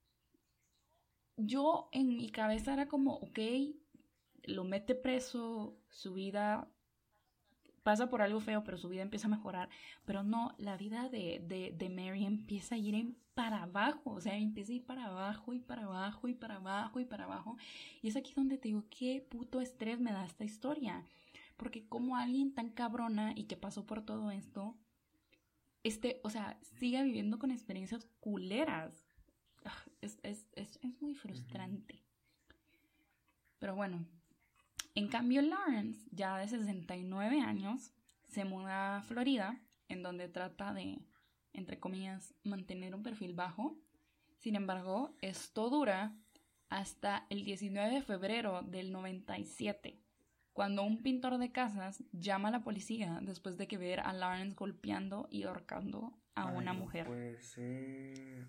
yo en mi cabeza era como, ok, lo mete preso, su vida pasa por algo feo, pero su vida empieza a mejorar. Pero no, la vida de Mary empieza a ir para abajo. O sea, empieza a ir para abajo y para abajo y para abajo y para abajo. Y es aquí donde te digo, qué puto estrés me da esta historia. Porque como alguien tan cabrona y que pasó por todo esto, o sea, sigue viviendo con experiencias culeras. Es muy frustrante. Pero bueno. En cambio, Lawrence, ya de 69 años, se muda a Florida, en donde trata de, entre comillas, mantener un perfil bajo. Sin embargo, esto dura hasta el 19 de febrero del 97, cuando un pintor de casas llama a la policía después de que ver a Lawrence golpeando y ahorcando a una mujer. No puede ser.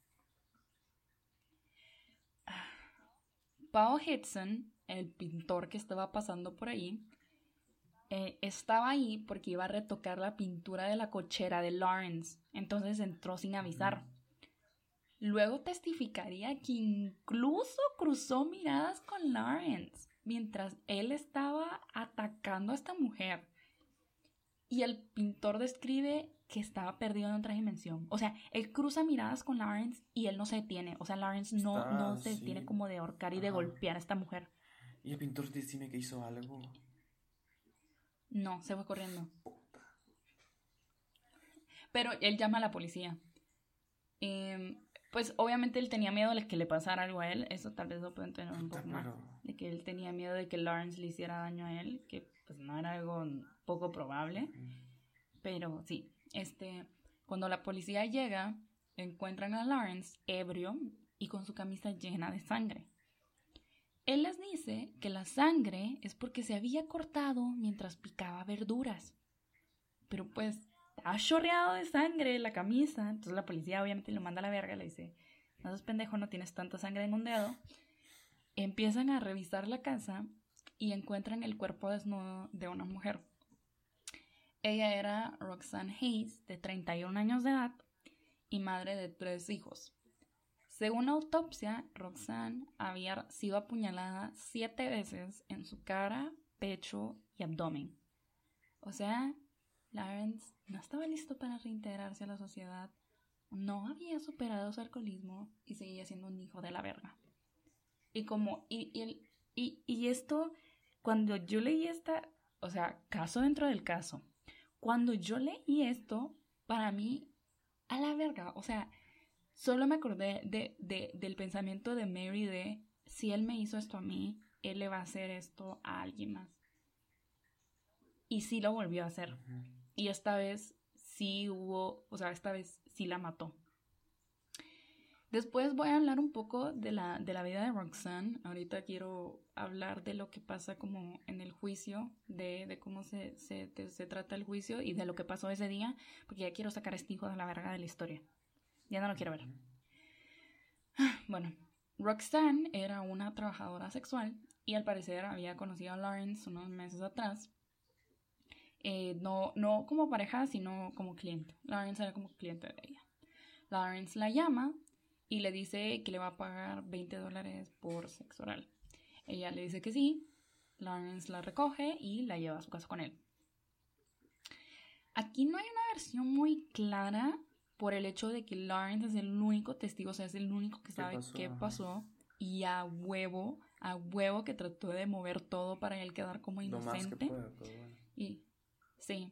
Paul Hitson, el pintor que estaba pasando por ahí, estaba ahí porque iba a retocar la pintura de la cochera de Lawrence. Entonces entró sin avisar. Luego testificaría que incluso cruzó miradas con Lawrence mientras él estaba atacando a esta mujer. Y el pintor describe que estaba perdido en otra dimensión. O sea, él cruza miradas con Lawrence y él no se detiene. O sea, Lawrence no se detiene como de ahorcar y de golpear a esta mujer. ¿Y el pintor decime que hizo algo? No, se fue corriendo. Pero él llama a la policía. Pues obviamente él tenía miedo de que le pasara algo a él. Eso tal vez lo puedo entender un poco más. De que él tenía miedo de que Lawrence le hiciera daño a él. Que pues no era algo poco probable. Pero sí. Cuando la policía llega, encuentran a Lawrence ebrio y con su camisa llena de sangre. Él les dice que la sangre es porque se había cortado mientras picaba verduras. Pero pues estaba chorreado de sangre la camisa. Entonces la policía obviamente lo manda a la verga. Le dice, no seas pendejo, no tienes tanta sangre en un dedo. Empiezan a revisar la casa y encuentran el cuerpo desnudo de una mujer. Ella era Roxanne Hayes, de 31 años de edad y madre de 3 hijos. Según la autopsia, Roxanne había sido apuñalada 7 veces en su cara, pecho y abdomen. O sea, Lawrence no estaba listo para reintegrarse a la sociedad, no había superado su alcoholismo y seguía siendo un hijo de la verga. Y esto, cuando yo leí o sea, caso dentro del caso, cuando yo leí esto, para mí, a la verga, o sea, solo me acordé del pensamiento de Mary de, si él me hizo esto a mí, él le va a hacer esto a alguien más. Y sí lo volvió a hacer. Y esta vez sí esta vez sí la mató. Después voy a hablar un poco de la vida de Roxanne. Ahorita quiero hablar de lo que pasa como en el juicio, de cómo se trata el juicio y de lo que pasó ese día, porque ya quiero sacar a este hijo de la verga de la historia. Ya no lo quiero ver. Bueno, Roxanne era una trabajadora sexual y al parecer había conocido a Lawrence unos meses atrás. No como pareja, sino como cliente. Lawrence era como cliente de ella. Lawrence la llama y le dice que le va a pagar $20 por sexo oral. Ella le dice que sí. Lawrence la recoge y la lleva a su casa con él. Aquí no hay una versión muy clara por el hecho de que Lawrence es el único testigo, o sea, es el único que sabe qué pasó. Y a huevo que trató de mover todo para él quedar como inocente. Lo más que puede, pero bueno. Y sí.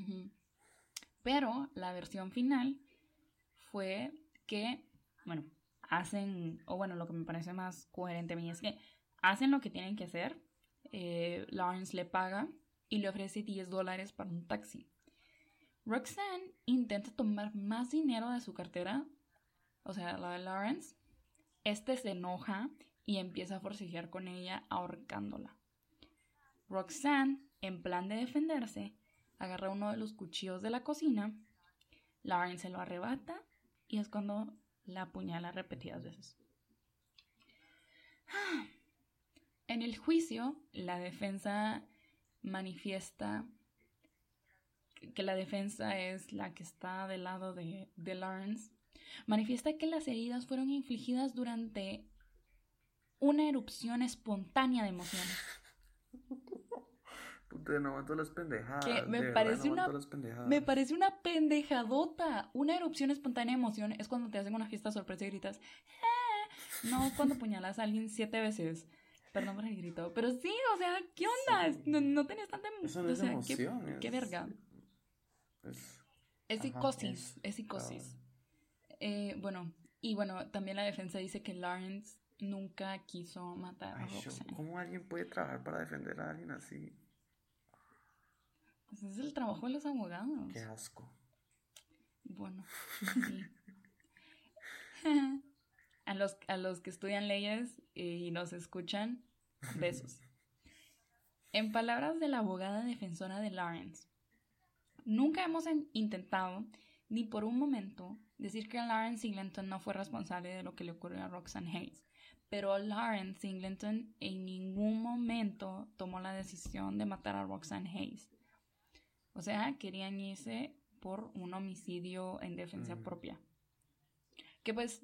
Pero la versión final fue que, bueno, lo que me parece más coherente a mí es que hacen lo que tienen que hacer. Lawrence le paga y le ofrece $10 para un taxi. Roxanne intenta tomar más dinero de su cartera, o sea, la de Lawrence. Se enoja y empieza a forcejear con ella, ahorcándola. Roxanne, en plan de defenderse, agarra uno de los cuchillos de la cocina. Lawrence se lo arrebata y es cuando la apuñala repetidas veces. En el juicio, la defensa manifiesta que la defensa es la que está del lado de Lawrence. Manifiesta que las heridas fueron infligidas durante una erupción espontánea de emociones. Puta, no aguanto las pendejadas. Que me parece una pendejadota. Una erupción espontánea de emoción es cuando te hacen una fiesta sorpresa y gritas no cuando apuñalas a alguien 7 veces. Perdón por el grito, pero sí, o sea, ¿qué onda? Sí. No tenés tanta emoción. Eso no es emoción. ¿Qué verga? Es psicosis. Es psicosis. Bueno, también la defensa dice que Lawrence nunca quiso matar a Roxanne. ¿Cómo alguien puede trabajar para defender a alguien así? Pues es el trabajo de los abogados. Qué asco. Bueno, sí. A los que estudian leyes y nos escuchan, besos. En palabras de la abogada defensora de Lawrence, nunca hemos intentado, ni por un momento, decir que Lawrence Singleton no fue responsable de lo que le ocurrió a Roxanne Hayes. Pero Lawrence Singleton en ningún momento tomó la decisión de matar a Roxanne Hayes. O sea, querían irse por un homicidio en defensa propia. Que pues,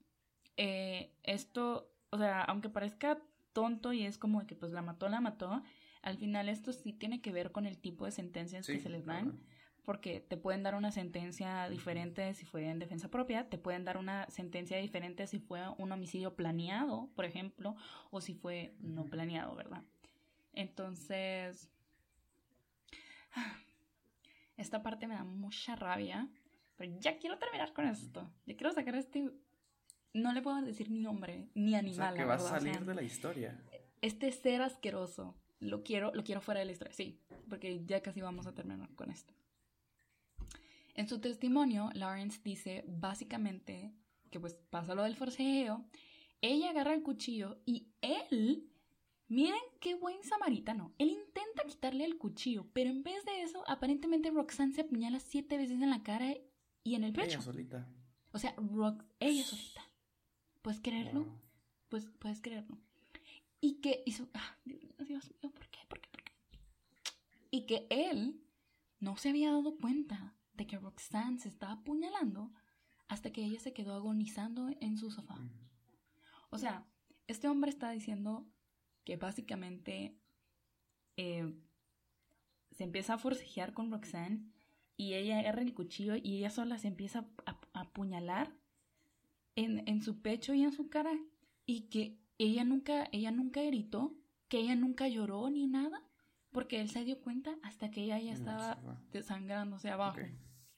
esto, o sea, aunque parezca tonto y es como que pues la mató, al final esto sí tiene que ver con el tipo de sentencias que se les dan. Claro. Porque te pueden dar una sentencia diferente si fue en defensa propia, te pueden dar una sentencia diferente si fue un homicidio planeado, por ejemplo, o si fue no planeado, ¿verdad? Entonces, esta parte me da mucha rabia, pero ya quiero terminar con esto. Ya quiero sacar no le puedo decir ni nombre, ni animal. O sea, que va a salir de la historia. Este ser asqueroso, lo quiero fuera de la historia, sí, porque ya casi vamos a terminar con esto. En su testimonio, Lawrence dice básicamente que pues pasa lo del forcejeo, ella agarra el cuchillo y él, miren qué buen samaritano, él intenta quitarle el cuchillo, pero en vez de eso, aparentemente Roxanne se apuñala 7 veces en la cara y en el pecho. Ella solita. O sea, ella solita. ¿Puedes creerlo? Wow. Pues puedes creerlo. Y que hizo... Dios mío, ¿por qué? Y que él no se había dado cuenta de que Roxanne se estaba apuñalando hasta que ella se quedó agonizando en su sofá. O sea, este hombre está diciendo que básicamente se empieza a forcejear con Roxanne y ella agarra el cuchillo y ella sola se empieza a apuñalar en su pecho y en su cara, y que ella nunca gritó, que ella nunca lloró ni nada, porque él se dio cuenta hasta que ella ya estaba desangrándose abajo. Okay.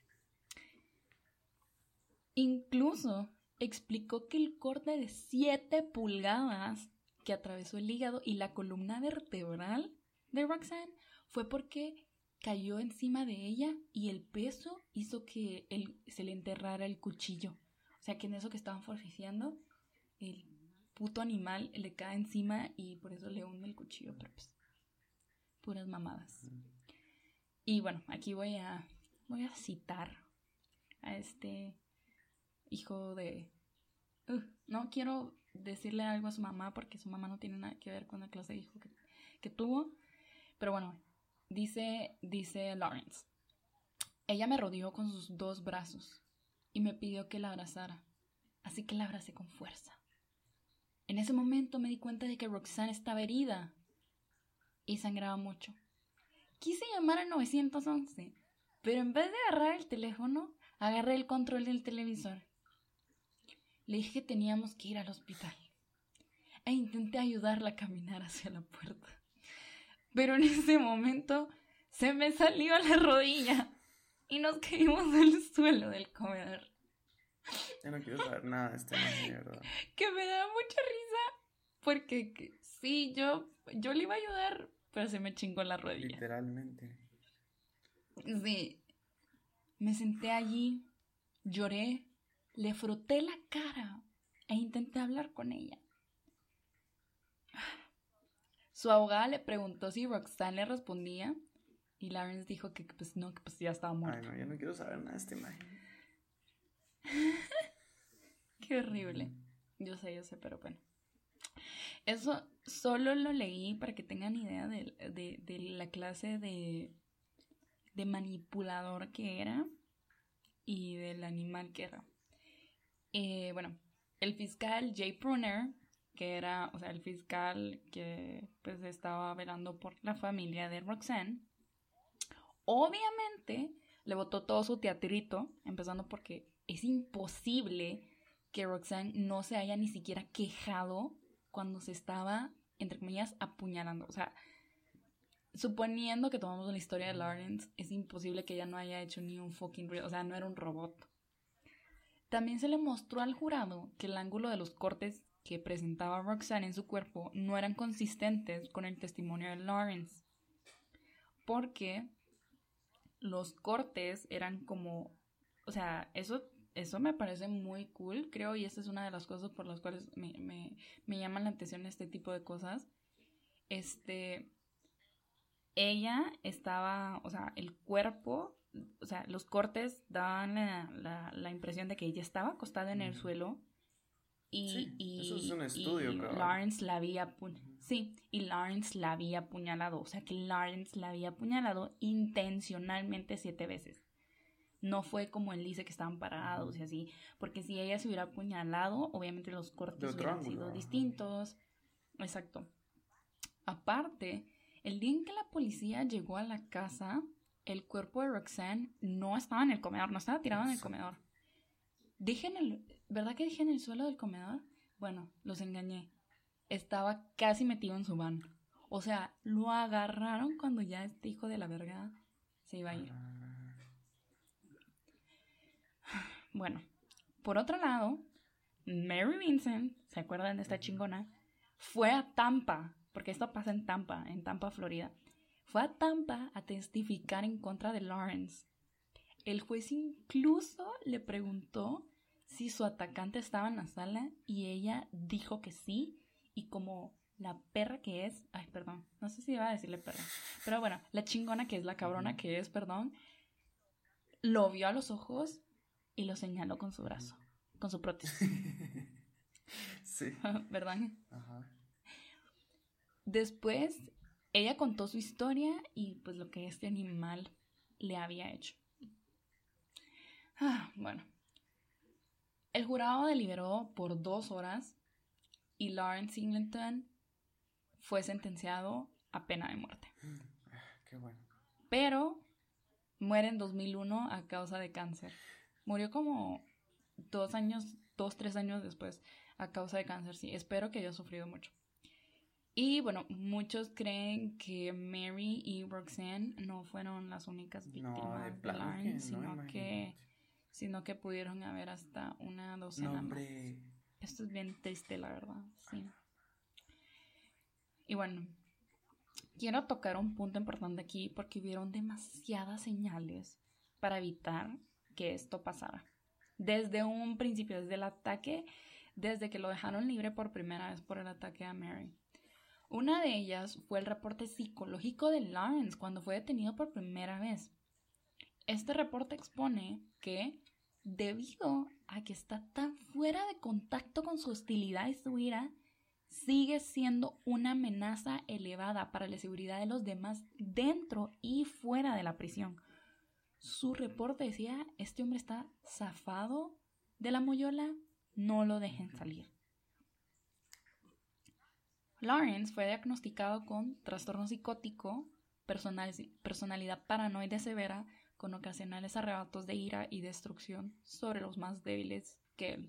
Incluso explicó que el corte de 7 pulgadas que atravesó el hígado y la columna vertebral de Roxanne fue porque cayó encima de ella y el peso hizo que se le enterrara el cuchillo. O sea, que en eso que estaban forcejeando, el puto animal le cae encima y por eso le hunde el cuchillo, pero pues puras mamadas. Y bueno, aquí voy a citar a este hijo de... no quiero decirle algo a su mamá porque su mamá no tiene nada que ver con la clase de hijo que tuvo. Pero bueno, dice Lawrence: ella me rodeó con sus 2 brazos y me pidió que la abrazara, así que la abracé con fuerza. En ese momento me di cuenta de que Roxanne estaba herida y sangraba mucho. Quise llamar al 911, pero en vez de agarrar el teléfono, agarré el control del televisor. Le dije que teníamos que ir al hospital e intenté ayudarla a caminar hacia la puerta. Pero en ese momento se me salió la rodilla y nos caímos al suelo del comedor. Ya no quiero saber nada de esta mierda. Que me da mucha risa porque sí, yo le iba a ayudar, pero se me chingó la rodilla. Literalmente. Sí. Me senté allí, lloré, le froté la cara e intenté hablar con ella. Su abogada le preguntó si Roxanne le respondía y Lawrence dijo que pues no, que pues ya estaba muerta. Ay, no, ya no quiero saber nada de esta imagen. Qué horrible. Yo sé, pero bueno. Eso solo lo leí para que tengan idea de la clase de manipulador que era y del animal que era. Bueno, el fiscal Jay Pruner, que era, o sea, el fiscal que pues estaba velando por la familia de Roxanne, obviamente le botó todo su teatrito, empezando porque es imposible que Roxanne no se haya ni siquiera quejado cuando se estaba, entre comillas, apuñalando. O sea, suponiendo que tomamos la historia de Lawrence, es imposible que ella no haya hecho ni un fucking ruido, o sea, no era un robot. También se le mostró al jurado que el ángulo de los cortes que presentaba Roxanne en su cuerpo no eran consistentes con el testimonio de Lawrence, porque los cortes eran como, o sea, eso me parece muy cool, creo, y esta es una de las cosas por las cuales me llaman la atención este tipo de cosas. Ella estaba, o sea, el cuerpo, o sea, los cortes daban la impresión de que ella estaba acostada en el suelo y eso es un estudio, y Lawrence la había y Lawrence la había apuñalado, o sea que Lawrence la había apuñalado intencionalmente 7 veces. No fue como él dice que estaban parados y así, porque si ella se hubiera apuñalado, obviamente los cortes hubieran sido distintos. Exacto. Aparte, el día en que la policía llegó a la casa, el cuerpo de Roxanne no estaba en el comedor, no estaba tirado en el comedor. ¿Verdad que dije en el suelo del comedor? Bueno, los engañé. Estaba casi metido en su van. O sea, lo agarraron cuando ya este hijo de la verga se iba a ir. Bueno, por otro lado, Mary Vincent, ¿se acuerdan de esta chingona? Fue a Tampa, porque esto pasa en Tampa, Florida. Fue a Tampa a testificar en contra de Lawrence. El juez incluso le preguntó si su atacante estaba en la sala y ella dijo que sí, y como la perra que es, ay, perdón, no sé si iba a decirle perra, pero bueno, la chingona que es, la cabrona que es, perdón, lo vio a los ojos y lo señaló con su brazo, con su prótesis. Sí. ¿Verdad? Ajá. Después, ella contó su historia y pues lo que este animal le había hecho. Bueno. El jurado deliberó por 2 horas y Lawrence Singleton fue sentenciado a pena de muerte. Qué bueno. pero muere en 2001 a causa de cáncer. Murió como 3 años después a causa de cáncer, sí. Espero que haya sufrido mucho. Y bueno, muchos creen que Mary y Roxanne no fueron las únicas víctimas de Lawrence, sino que pudieron haber hasta una docena más. Esto es bien triste, la verdad, sí. Y bueno, quiero tocar un punto importante aquí porque hubieron demasiadas señales para evitar que esto pasara. Desde un principio, desde el ataque, desde que lo dejaron libre por primera vez por el ataque a Mary. Una de ellas fue el reporte psicológico de Lawrence cuando fue detenido por primera vez. Este reporte expone que, debido a que está tan fuera de contacto con su hostilidad y su ira, sigue siendo una amenaza elevada para la seguridad de los demás dentro y fuera de la prisión. Su reporte decía, este hombre está zafado de la moyola, no lo dejen salir. Lawrence fue diagnosticado con trastorno psicótico, personalidad paranoide severa, con ocasionales arrebatos de ira y destrucción sobre los más débiles que él.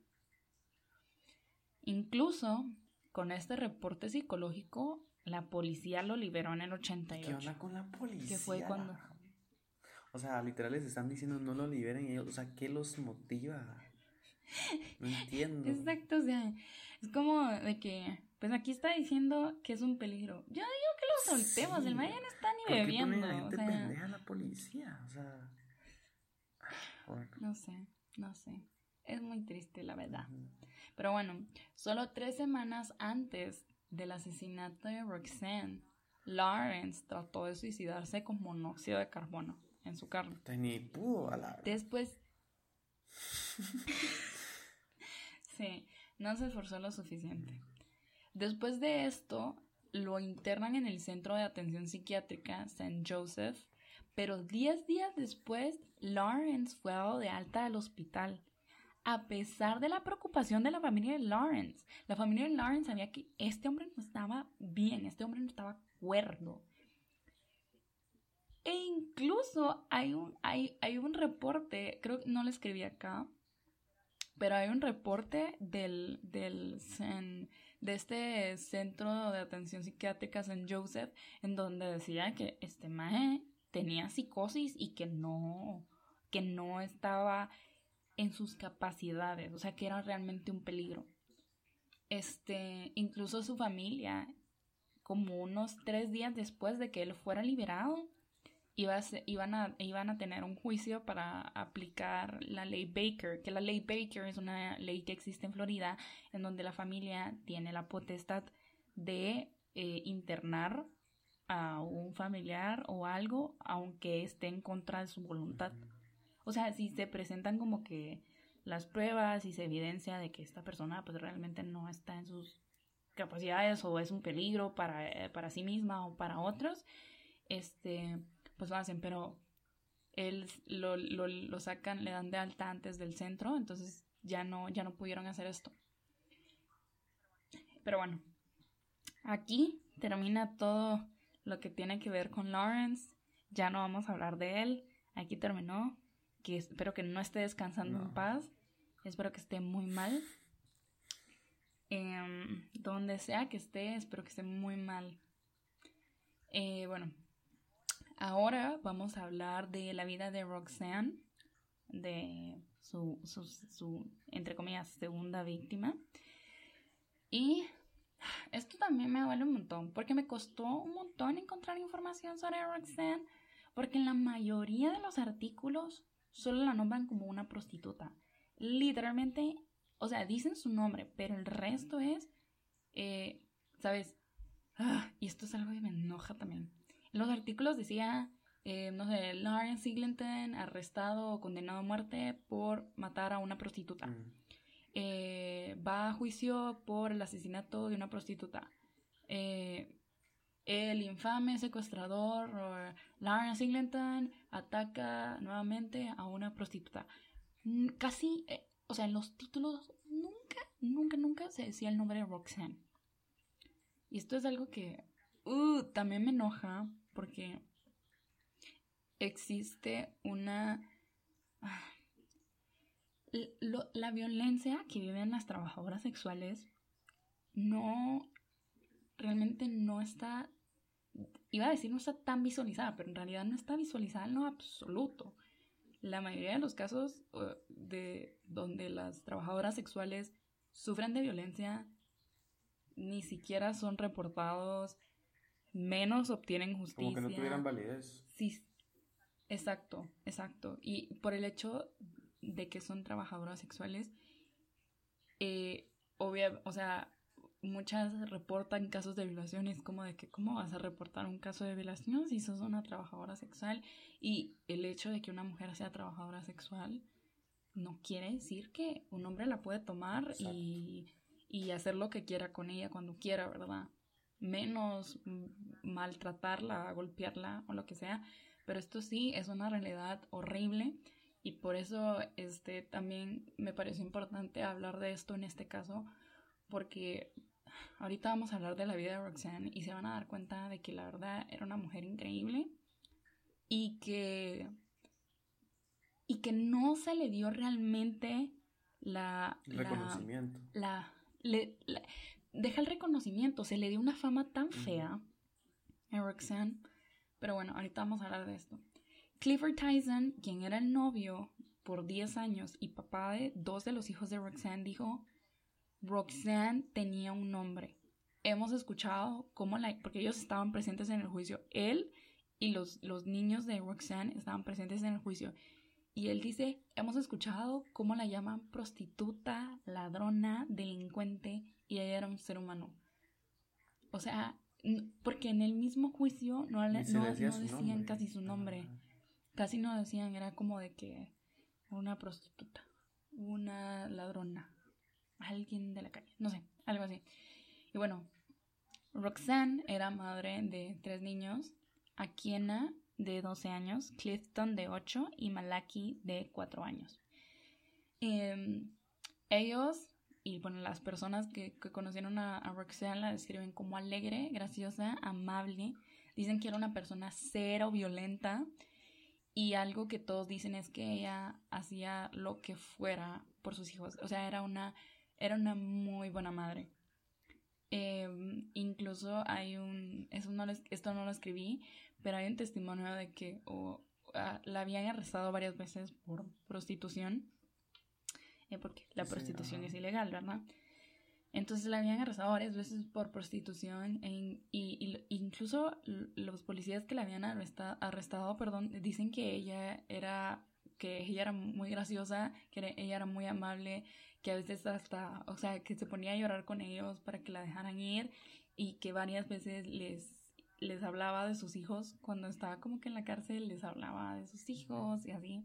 Incluso, con este reporte psicológico, la policía lo liberó en el 88. ¿Qué onda con la policía? Que fue cuando... O sea, literal les están diciendo no lo liberen ellos. O sea, ¿qué los motiva? No entiendo. Exacto, o sea, es como de que, pues aquí está diciendo que es un peligro. Yo digo que lo soltemos, el Maya no está ni bebiendo. ¿Por qué ponen a gente pendeja a la policía? O sea... Bueno. No sé. Es muy triste, la verdad. Pero bueno, solo 3 semanas antes del asesinato de Roxanne, Lawrence trató de suicidarse con monóxido de carbono en su carro. Ni pudo, a la... Después... Sí, no se esforzó lo suficiente. Después de esto, lo internan en el Centro de Atención Psiquiátrica St. Joseph, pero 10 días después, Lawrence fue dado de alta del hospital. A pesar de la preocupación de la familia de Lawrence. La familia de Lawrence sabía que este hombre no estaba bien, este hombre no estaba cuerdo. E incluso hay un reporte, creo que no lo escribí acá, pero hay un reporte de este Centro de Atención Psiquiátrica St. Joseph, en donde decía que este maje tenía psicosis y que no estaba en sus capacidades, o sea que era realmente un peligro. Incluso su familia, como unos 3 días después de que él fuera liberado, iban a tener un juicio para aplicar la ley Baker, que la ley Baker es una ley que existe en Florida, en donde la familia tiene la potestad de internar a un familiar o algo, aunque esté en contra de su voluntad. O sea, si se presentan como que las pruebas y se evidencia de que esta persona pues realmente no está en sus capacidades o es un peligro para sí misma o para otros, pues lo hacen, pero él lo sacan, le dan de alta antes del centro, entonces ya no pudieron hacer esto. Pero bueno, aquí termina todo lo que tiene que ver con Lawrence. Ya no vamos a hablar de él. Aquí terminó. Que espero que no esté descansando en paz. Espero que esté muy mal. Donde sea que esté, espero que esté muy mal. Bueno, ahora vamos a hablar de la vida de Roxanne, de su entre comillas, segunda víctima. Y esto también me duele un montón, porque me costó un montón encontrar información sobre Roxanne, porque en la mayoría de los artículos solo la nombran como una prostituta. Literalmente, o sea, dicen su nombre, pero el resto es, ¿sabes? Y esto es algo que me enoja también. En los artículos decía, no sé, Lawrence Eglinton arrestado o condenado a muerte por matar a una prostituta. Va a juicio por el asesinato de una prostituta. El infame secuestrador Lawrence Eglinton ataca nuevamente a una prostituta. Casi, o sea, en los títulos nunca se decía el nombre de Roxanne. Y esto es algo que también me enoja porque existe una... La violencia que viven las trabajadoras sexuales realmente no está, iba a decir no está tan visualizada, pero en realidad no está visualizada en lo absoluto. La mayoría de los casos de donde las trabajadoras sexuales sufren de violencia ni siquiera son reportados, menos obtienen justicia. Como que no tuvieran validez. Sí, exacto. Y por el hecho de que son trabajadoras sexuales, o sea, muchas reportan casos de violaciones, como de que cómo vas a reportar un caso de violación si sos una trabajadora sexual. Y el hecho de que una mujer sea trabajadora sexual no quiere decir que un hombre la puede tomar y hacer lo que quiera con ella cuando quiera, ¿verdad? Menos maltratarla, golpearla o lo que sea. Pero esto sí es una realidad horrible y por eso también me pareció importante hablar de esto en este caso, porque ahorita vamos a hablar de la vida de Roxanne y se van a dar cuenta de que la verdad era una mujer increíble y que no se le dio realmente reconocimiento. Deja el reconocimiento, se le dio una fama tan fea a Roxanne. Pero bueno, ahorita vamos a hablar de esto. Clifford Tyson, quien era el novio por 10 años y papá de 2 de los hijos de Roxanne, dijo: Roxanne tenía un nombre. Hemos escuchado cómo porque ellos estaban presentes en el juicio. Él y los niños de Roxanne estaban presentes en el juicio. Y él dice: hemos escuchado cómo la llaman prostituta, ladrona, delincuente, y ella era un ser humano. O sea, porque en el mismo juicio no decían casi su nombre. Casi no decían, era como de que una prostituta, una ladrona, alguien de la calle, no sé, algo así. Y bueno, Roxanne era madre de 3 niños: Akiena, de 12 años, Clifton, de 8, y Malaki, de 4 años. Ellos, y bueno, las personas que conocieron a Roxanne la describen como alegre, graciosa, amable. Dicen que era una persona cero violenta. Y algo que todos dicen es que ella hacía lo que fuera por sus hijos. O sea, era una muy buena madre. Incluso hay esto no lo escribí, pero hay un testimonio de que la habían arrestado varias veces por prostitución. Porque la prostitución es ilegal, ¿verdad? Entonces la habían arrestado varias veces por prostitución y incluso los policías que la habían arrestado, dicen que ella era muy graciosa, que ella era muy amable, que a veces hasta, o sea, que se ponía a llorar con ellos para que la dejaran ir, y que varias veces les hablaba de sus hijos. Cuando estaba como que en la cárcel les hablaba de sus hijos y así.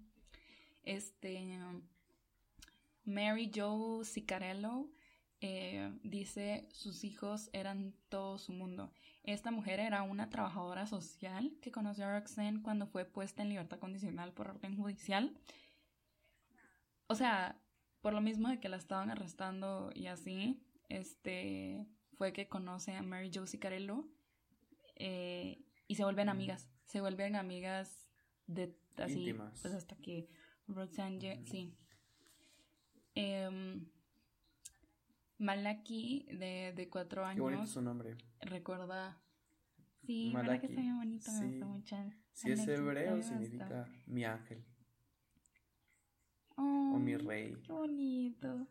Mary Jo Ciccarello dice: sus hijos eran todo su mundo. Esta mujer era una trabajadora social que conoció a Roxanne cuando fue puesta en libertad condicional por orden judicial. O sea, por lo mismo de que la estaban arrestando y así, fue que conoce a Mary Jo Ciccarello y se vuelven amigas. Se vuelven amigas de así, íntimas. Pues hasta que Roxanne, sí. Malaki, de 4 años. Qué bonito su nombre. Recuerda. Sí, Malaki, que está bien bonito, sí. Me gusta mucho. Si es hebreo, significa mi ángel. O mi rey. Qué bonito.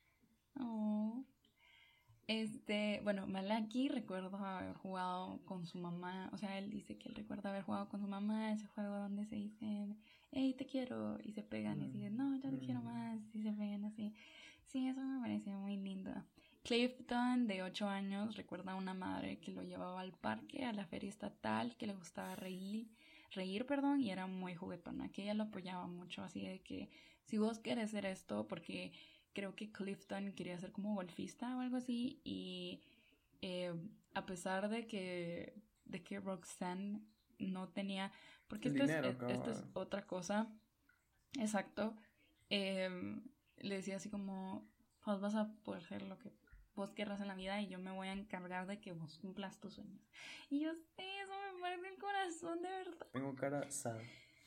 Bueno, Malaki recuerda haber jugado con su mamá. O sea, él dice que él recuerda haber jugado con su mamá ese juego donde se dicen: hey, te quiero, y se pegan y dicen: no, ya te quiero más, y se pegan así. Sí, eso me parecía muy lindo. Clifton, de 8 años, recuerda a una madre que lo llevaba al parque, a la feria estatal, que le gustaba reír, y era muy juguetona, que ella lo apoyaba mucho, así de que si vos querés hacer esto, porque creo que Clifton quería ser como golfista o algo así, y a pesar de que Roxanne no tenía, porque esto es otra cosa, exacto, le decía así como: vos vas a poder hacer lo que vos querrás en la vida y yo me voy a encargar de que vos cumplas tus sueños. Y yo sé, eso me parte el corazón, de verdad. Tengo cara sad.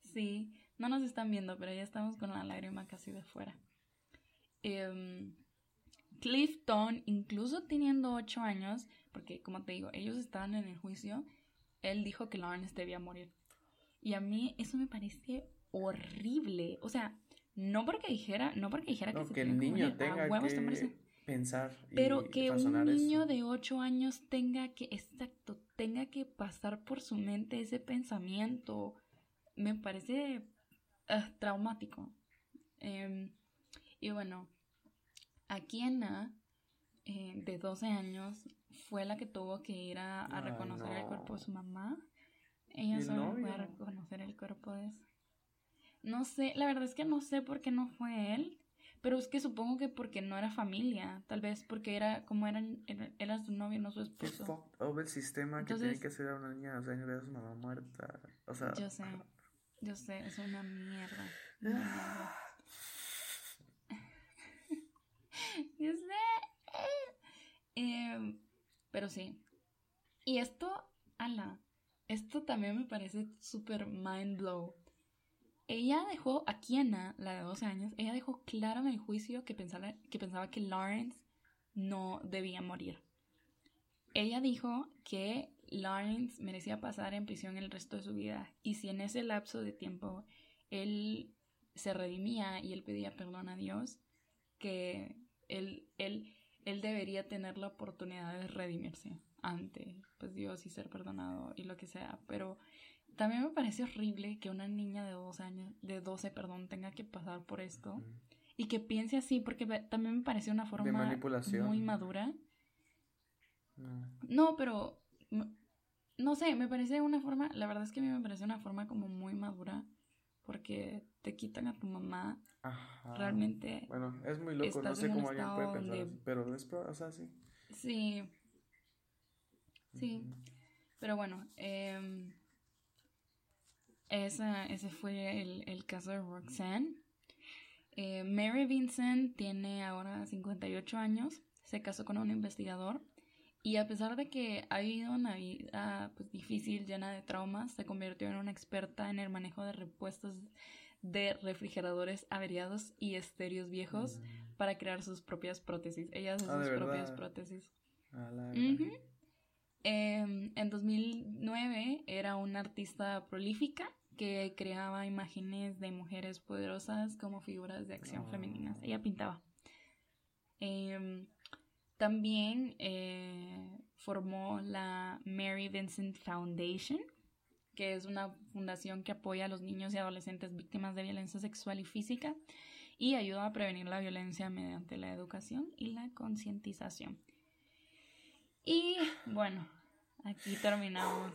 Sí, no nos están viendo, pero ya estamos con la lágrima casi de fuera. Clifton, incluso teniendo 8 años, porque como te digo, ellos estaban en el juicio, él dijo que Lawrence debía morir. Y a mí eso me parece horrible. O sea, no porque dijera No, que se que el tenía que niño morir. A tenga huevos te parece. que pensar Pero y que un razonar niño eso. de 8 años tenga que pasar por su mente ese pensamiento, me parece traumático. Y bueno, Akiana, de 12 años, fue la que tuvo que ir a Ay, reconocer el cuerpo de no. su mamá. ¿Y Ella el sola fue a novio? reconocer el cuerpo de eso. No sé, la verdad es que no sé por qué no fue él. Pero es que supongo que porque no era familia. Tal vez porque era como era su novio, no su Qué esposo. fucked up el sistema que tiene Entonces, que hacer a una niña de 12 años ver a su mamá muerta. O sea, yo sé, es una mierda. Una mierda. Yo sé. Pero sí. Y esto también me parece súper mind blow. Ella dejó a Kiana, la de 12 años, ella dejó claro en el juicio que pensaba que Lawrence no debía morir. Ella dijo que Lawrence merecía pasar en prisión el resto de su vida y si en ese lapso de tiempo él se redimía y él pedía perdón a Dios, que él debería tener la oportunidad de redimirse ante pues, Dios y ser perdonado y lo que sea. Pero también me parece horrible que una niña de 12 años, tenga que pasar por esto y que piense así, porque también me parece una de forma manipulación. muy madura. No. No, pero no sé, me parece una forma, la verdad es que a mí me parece una forma como muy madura, porque te quitan a tu mamá. Ajá. Realmente Bueno, es muy loco, no estás sé en un cómo alguien puede estado pensar donde así, pero es, o sea, sí. sí, sí, pero bueno, ese fue el caso de Roxanne. Mary Vincent tiene ahora 58 años, se casó con un investigador y a pesar de que ha vivido una vida pues, difícil, llena de traumas, se convirtió en una experta en el manejo de repuestos de refrigeradores averiados y estéreos viejos para crear sus propias prótesis. Ella hace sus de propias verdad. prótesis. A la Uh-huh. En 2009 era una artista prolífica que creaba imágenes de mujeres poderosas como figuras de acción femeninas. Ella pintaba. También formó la Mary Vincent Foundation, que es una fundación que apoya a los niños y adolescentes víctimas de violencia sexual y física y ayuda a prevenir la violencia mediante la educación y la concientización. Y bueno, aquí terminamos.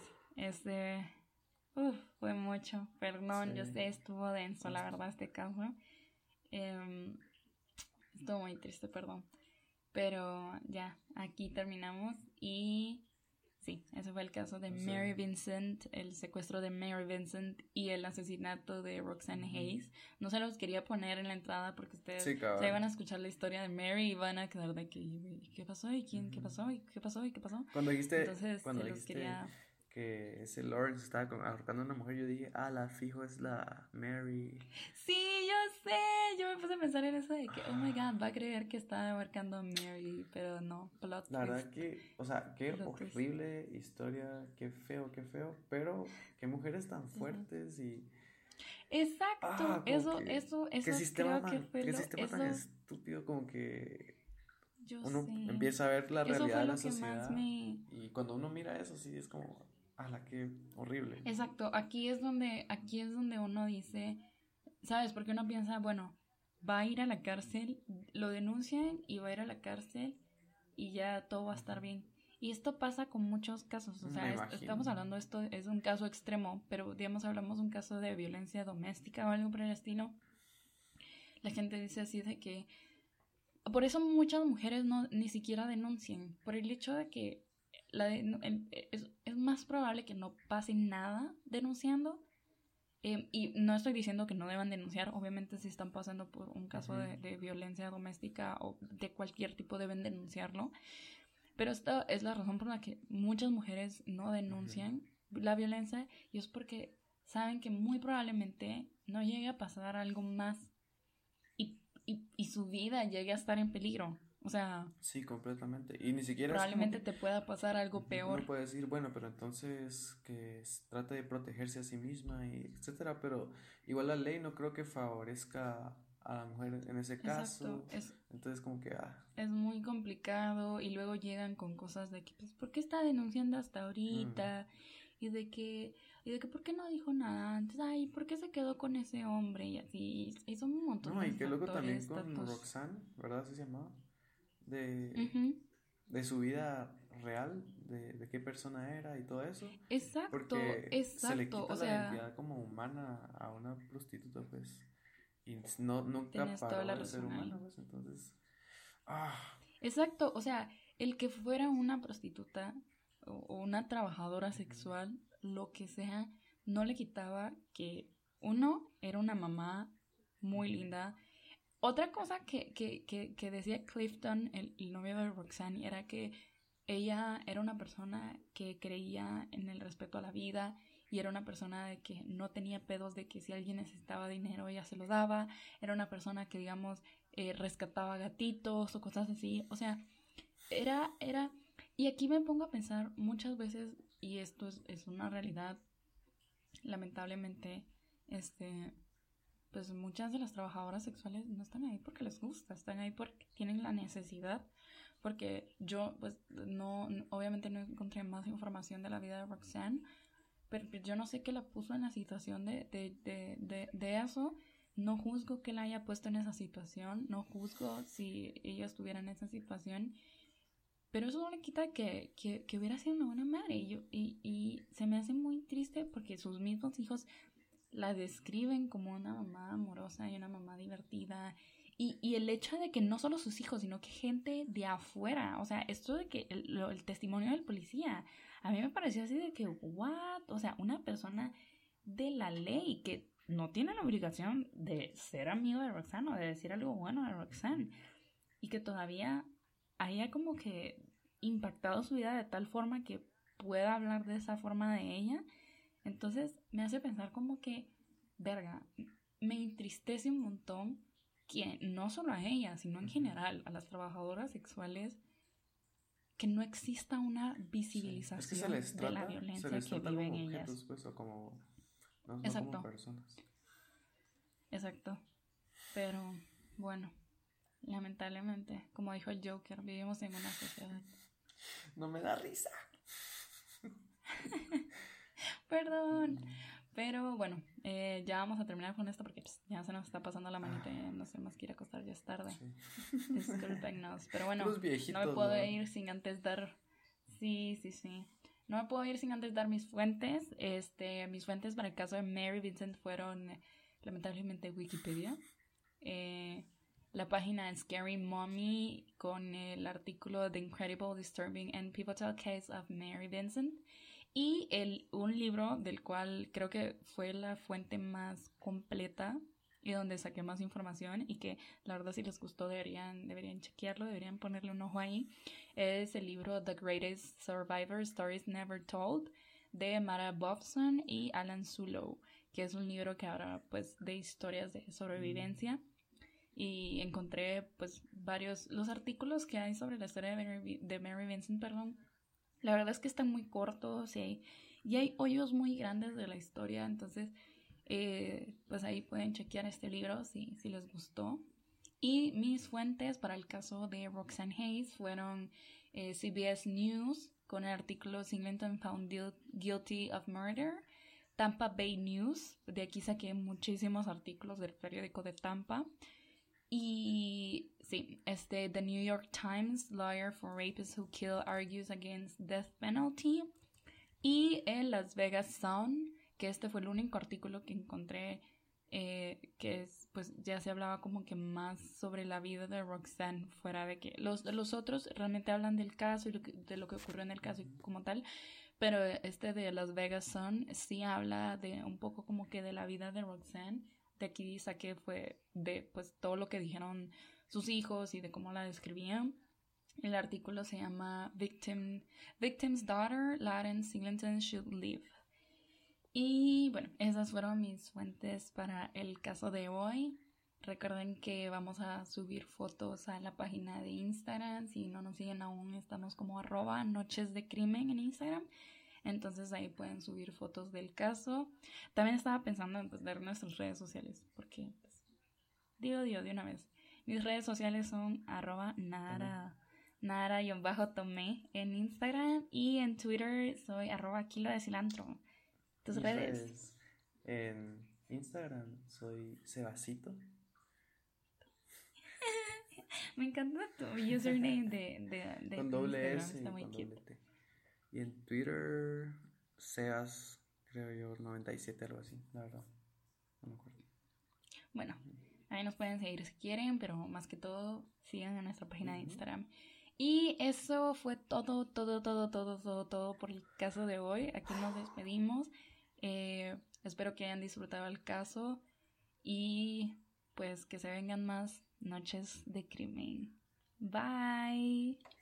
Fue mucho. Perdón, Sí. yo sé, estuvo denso, la verdad, este caso. Estuvo muy triste, perdón. Pero ya, aquí terminamos. Y sí, ese fue el caso de Mary Vincent, el secuestro de Mary Vincent y el asesinato de Roxanne Hayes. No se los quería poner en la entrada porque ustedes se iban a escuchar la historia de Mary y van a quedar de que ¿qué pasó? ¿Y quién? ¿Qué pasó? ¿Y qué pasó? ¿Y qué pasó? Cuando dijiste, entonces se los quería... que ese Lawrence estaba ahorcando a una mujer, yo dije, la fijo es la Mary. Sí, yo sé, yo me puse a pensar en eso de que, oh my god, va a creer que está abarcando a Mary, pero no, plot La verdad twist. que, o sea, qué horrible historia, qué feo, pero qué mujeres tan fuertes y... Exacto, eso sistema creo que fue qué lo... sistema tan estúpido, como que uno sé. empieza a ver la realidad de la que sociedad más y cuando uno mira eso sí es como, qué horrible. Exacto, aquí es donde uno dice, ¿sabes? Porque uno piensa, bueno, va a ir a la cárcel, lo denuncian y va a ir a la cárcel y ya todo va a estar bien. Y esto pasa con muchos casos, o sea, estamos hablando, esto es un caso extremo, pero digamos hablamos de un caso de violencia doméstica o algo por el estilo. La gente dice así de que, por eso muchas mujeres ni siquiera denuncian, por el hecho de que es más probable que no pase nada denunciando. Y no estoy diciendo que no deban denunciar, obviamente si están pasando por un caso de violencia doméstica o de cualquier tipo deben denunciarlo, pero esta es la razón por la que muchas mujeres no denuncian la violencia y es porque saben que muy probablemente no llegue a pasar algo más y su vida llegue a estar en peligro. O sea, Sí, completamente. Y ni siquiera es como probablemente que te pueda pasar algo uno peor. puede decir, bueno, pero entonces trate de protegerse a sí misma y etcétera, pero igual la ley no creo que favorezca a la mujer en ese Exacto, caso. Entonces como que, es muy complicado y luego llegan con cosas de que, pues, ¿por qué está denunciando hasta mm. ahorita? Y de que, ¿por qué no dijo nada antes? Ay, ¿por qué se quedó con ese hombre? Y así, y son un montón No, de y que luego también factores, con datos. Roxanne, ¿verdad? Así se llamaba. De, Ujú. de su vida real, de qué persona era y todo eso. Exacto, Porque se le exacto, quita o la sea, identidad como humana a una prostituta, pues. Y no, nunca tienes toda paró la de ser razón humana, ahí. pues. Entonces, ah, Exacto, o sea, el que fuera una prostituta o una trabajadora sexual, lo que sea, no le quitaba que uno era una mamá muy linda. Otra cosa que decía Clifton, el novio de Roxanne, era que ella era una persona que creía en el respeto a la vida y era una persona de que no tenía pedos de que si alguien necesitaba dinero ella se lo daba, era una persona que digamos rescataba gatitos o cosas así, o sea, era, y aquí me pongo a pensar muchas veces, y esto es una realidad, lamentablemente, este, pues muchas de las trabajadoras sexuales no están ahí porque les gusta, están ahí porque tienen la necesidad, porque yo pues obviamente no encontré más información de la vida de Roxanne, pero yo no sé qué la puso en la situación de eso, no juzgo que la haya puesto en esa situación, no juzgo si ella estuviera en esa situación, pero eso no le quita que hubiera sido una buena madre y se me hace muy triste porque sus mismos hijos la describen como una mamá amorosa y una mamá divertida. Y el hecho de que no solo sus hijos, sino que gente de afuera, o sea, esto de que el testimonio del policía, a mí me pareció así de que, what? O sea, una persona de la ley que no tiene la obligación de ser amigo de Roxanne o de decir algo bueno de Roxanne y que todavía haya como que impactado su vida de tal forma que pueda hablar de esa forma de ella. Entonces me hace pensar como que, verga, me entristece un montón que no solo a ella, sino en general a las trabajadoras sexuales, que no exista una sí. Es que visibilización de la se violencia les que trata viven como ellas. objetos, pues, o como, no como Exacto, personas. exacto. Pero bueno, lamentablemente, como dijo el Joker, vivimos en una sociedad. No me da risa. Perdón. Pero bueno, ya vamos a terminar con esto porque pues, ya se nos está pasando la manita y no sé más que ir a acostar, ya es tarde. Sí. Discúlpenos. Pero bueno, Puros no me viejitos, puedo ¿no? ir sin antes dar. Sí, sí, sí. No me puedo ir sin antes dar mis fuentes. Mis fuentes para el caso de Mary Vincent fueron lamentablemente Wikipedia. La página Scary Mommy con el artículo The Incredible, Disturbing and Pivotal Case of Mary Vincent. Y un libro del cual creo que fue la fuente más completa y donde saqué más información y que la verdad si les gustó deberían chequearlo, deberían ponerle un ojo ahí. Es el libro The Greatest Survivor Stories Never Told de Mara Bobson y Alan Sulow, que es un libro que habla pues de historias de sobrevivencia. Y encontré pues los artículos que hay sobre la historia de Mary Vincent, perdón. La verdad es que están muy cortos y hay hoyos muy grandes de la historia, entonces pues ahí pueden chequear este libro si les gustó. Y mis fuentes para el caso de Roxanne Hayes fueron CBS News con el artículo Singleton Found Guilty of Murder, Tampa Bay News, de aquí saqué muchísimos artículos del periódico de Tampa. Y sí, The New York Times, Lawyer for Rapists Who Kill Argues Against Death Penalty. Y el Las Vegas Sun, que fue el único artículo que encontré pues ya se hablaba como que más sobre la vida de Roxanne, fuera de que los otros realmente hablan del caso y de lo que ocurrió en el caso y como tal, pero de Las Vegas Sun sí habla de un poco como que de la vida de Roxanne. De aquí saqué fue de pues todo lo que dijeron sus hijos y de cómo la describían. El artículo se llama Victim's Daughter, Lauren Singleton Should Live. Y bueno, esas fueron mis fuentes para el caso de hoy. Recuerden que vamos a subir fotos a la página de Instagram. Si no nos siguen aún, estamos como @nochesdecrimen en Instagram. Entonces ahí pueden subir fotos del caso. También estaba pensando en dar nuestras redes sociales, porque pues, digo de una vez. Mis redes sociales son @nara_tomé en Instagram, y en Twitter soy @kilo de cilantro. ¿Tus redes? En Instagram soy Sebasito. Me encanta tu username de con tu doble Instagram, S está y muy con cute. doble T. Y en Twitter, Seas, creo yo, 97, algo así, la verdad. No me acuerdo. Bueno, ahí nos pueden seguir si quieren, pero más que todo, sigan en nuestra página de Instagram. Y eso fue todo por el caso de hoy. Aquí nos despedimos. Espero que hayan disfrutado el caso y pues que se vengan más noches de crimen. Bye.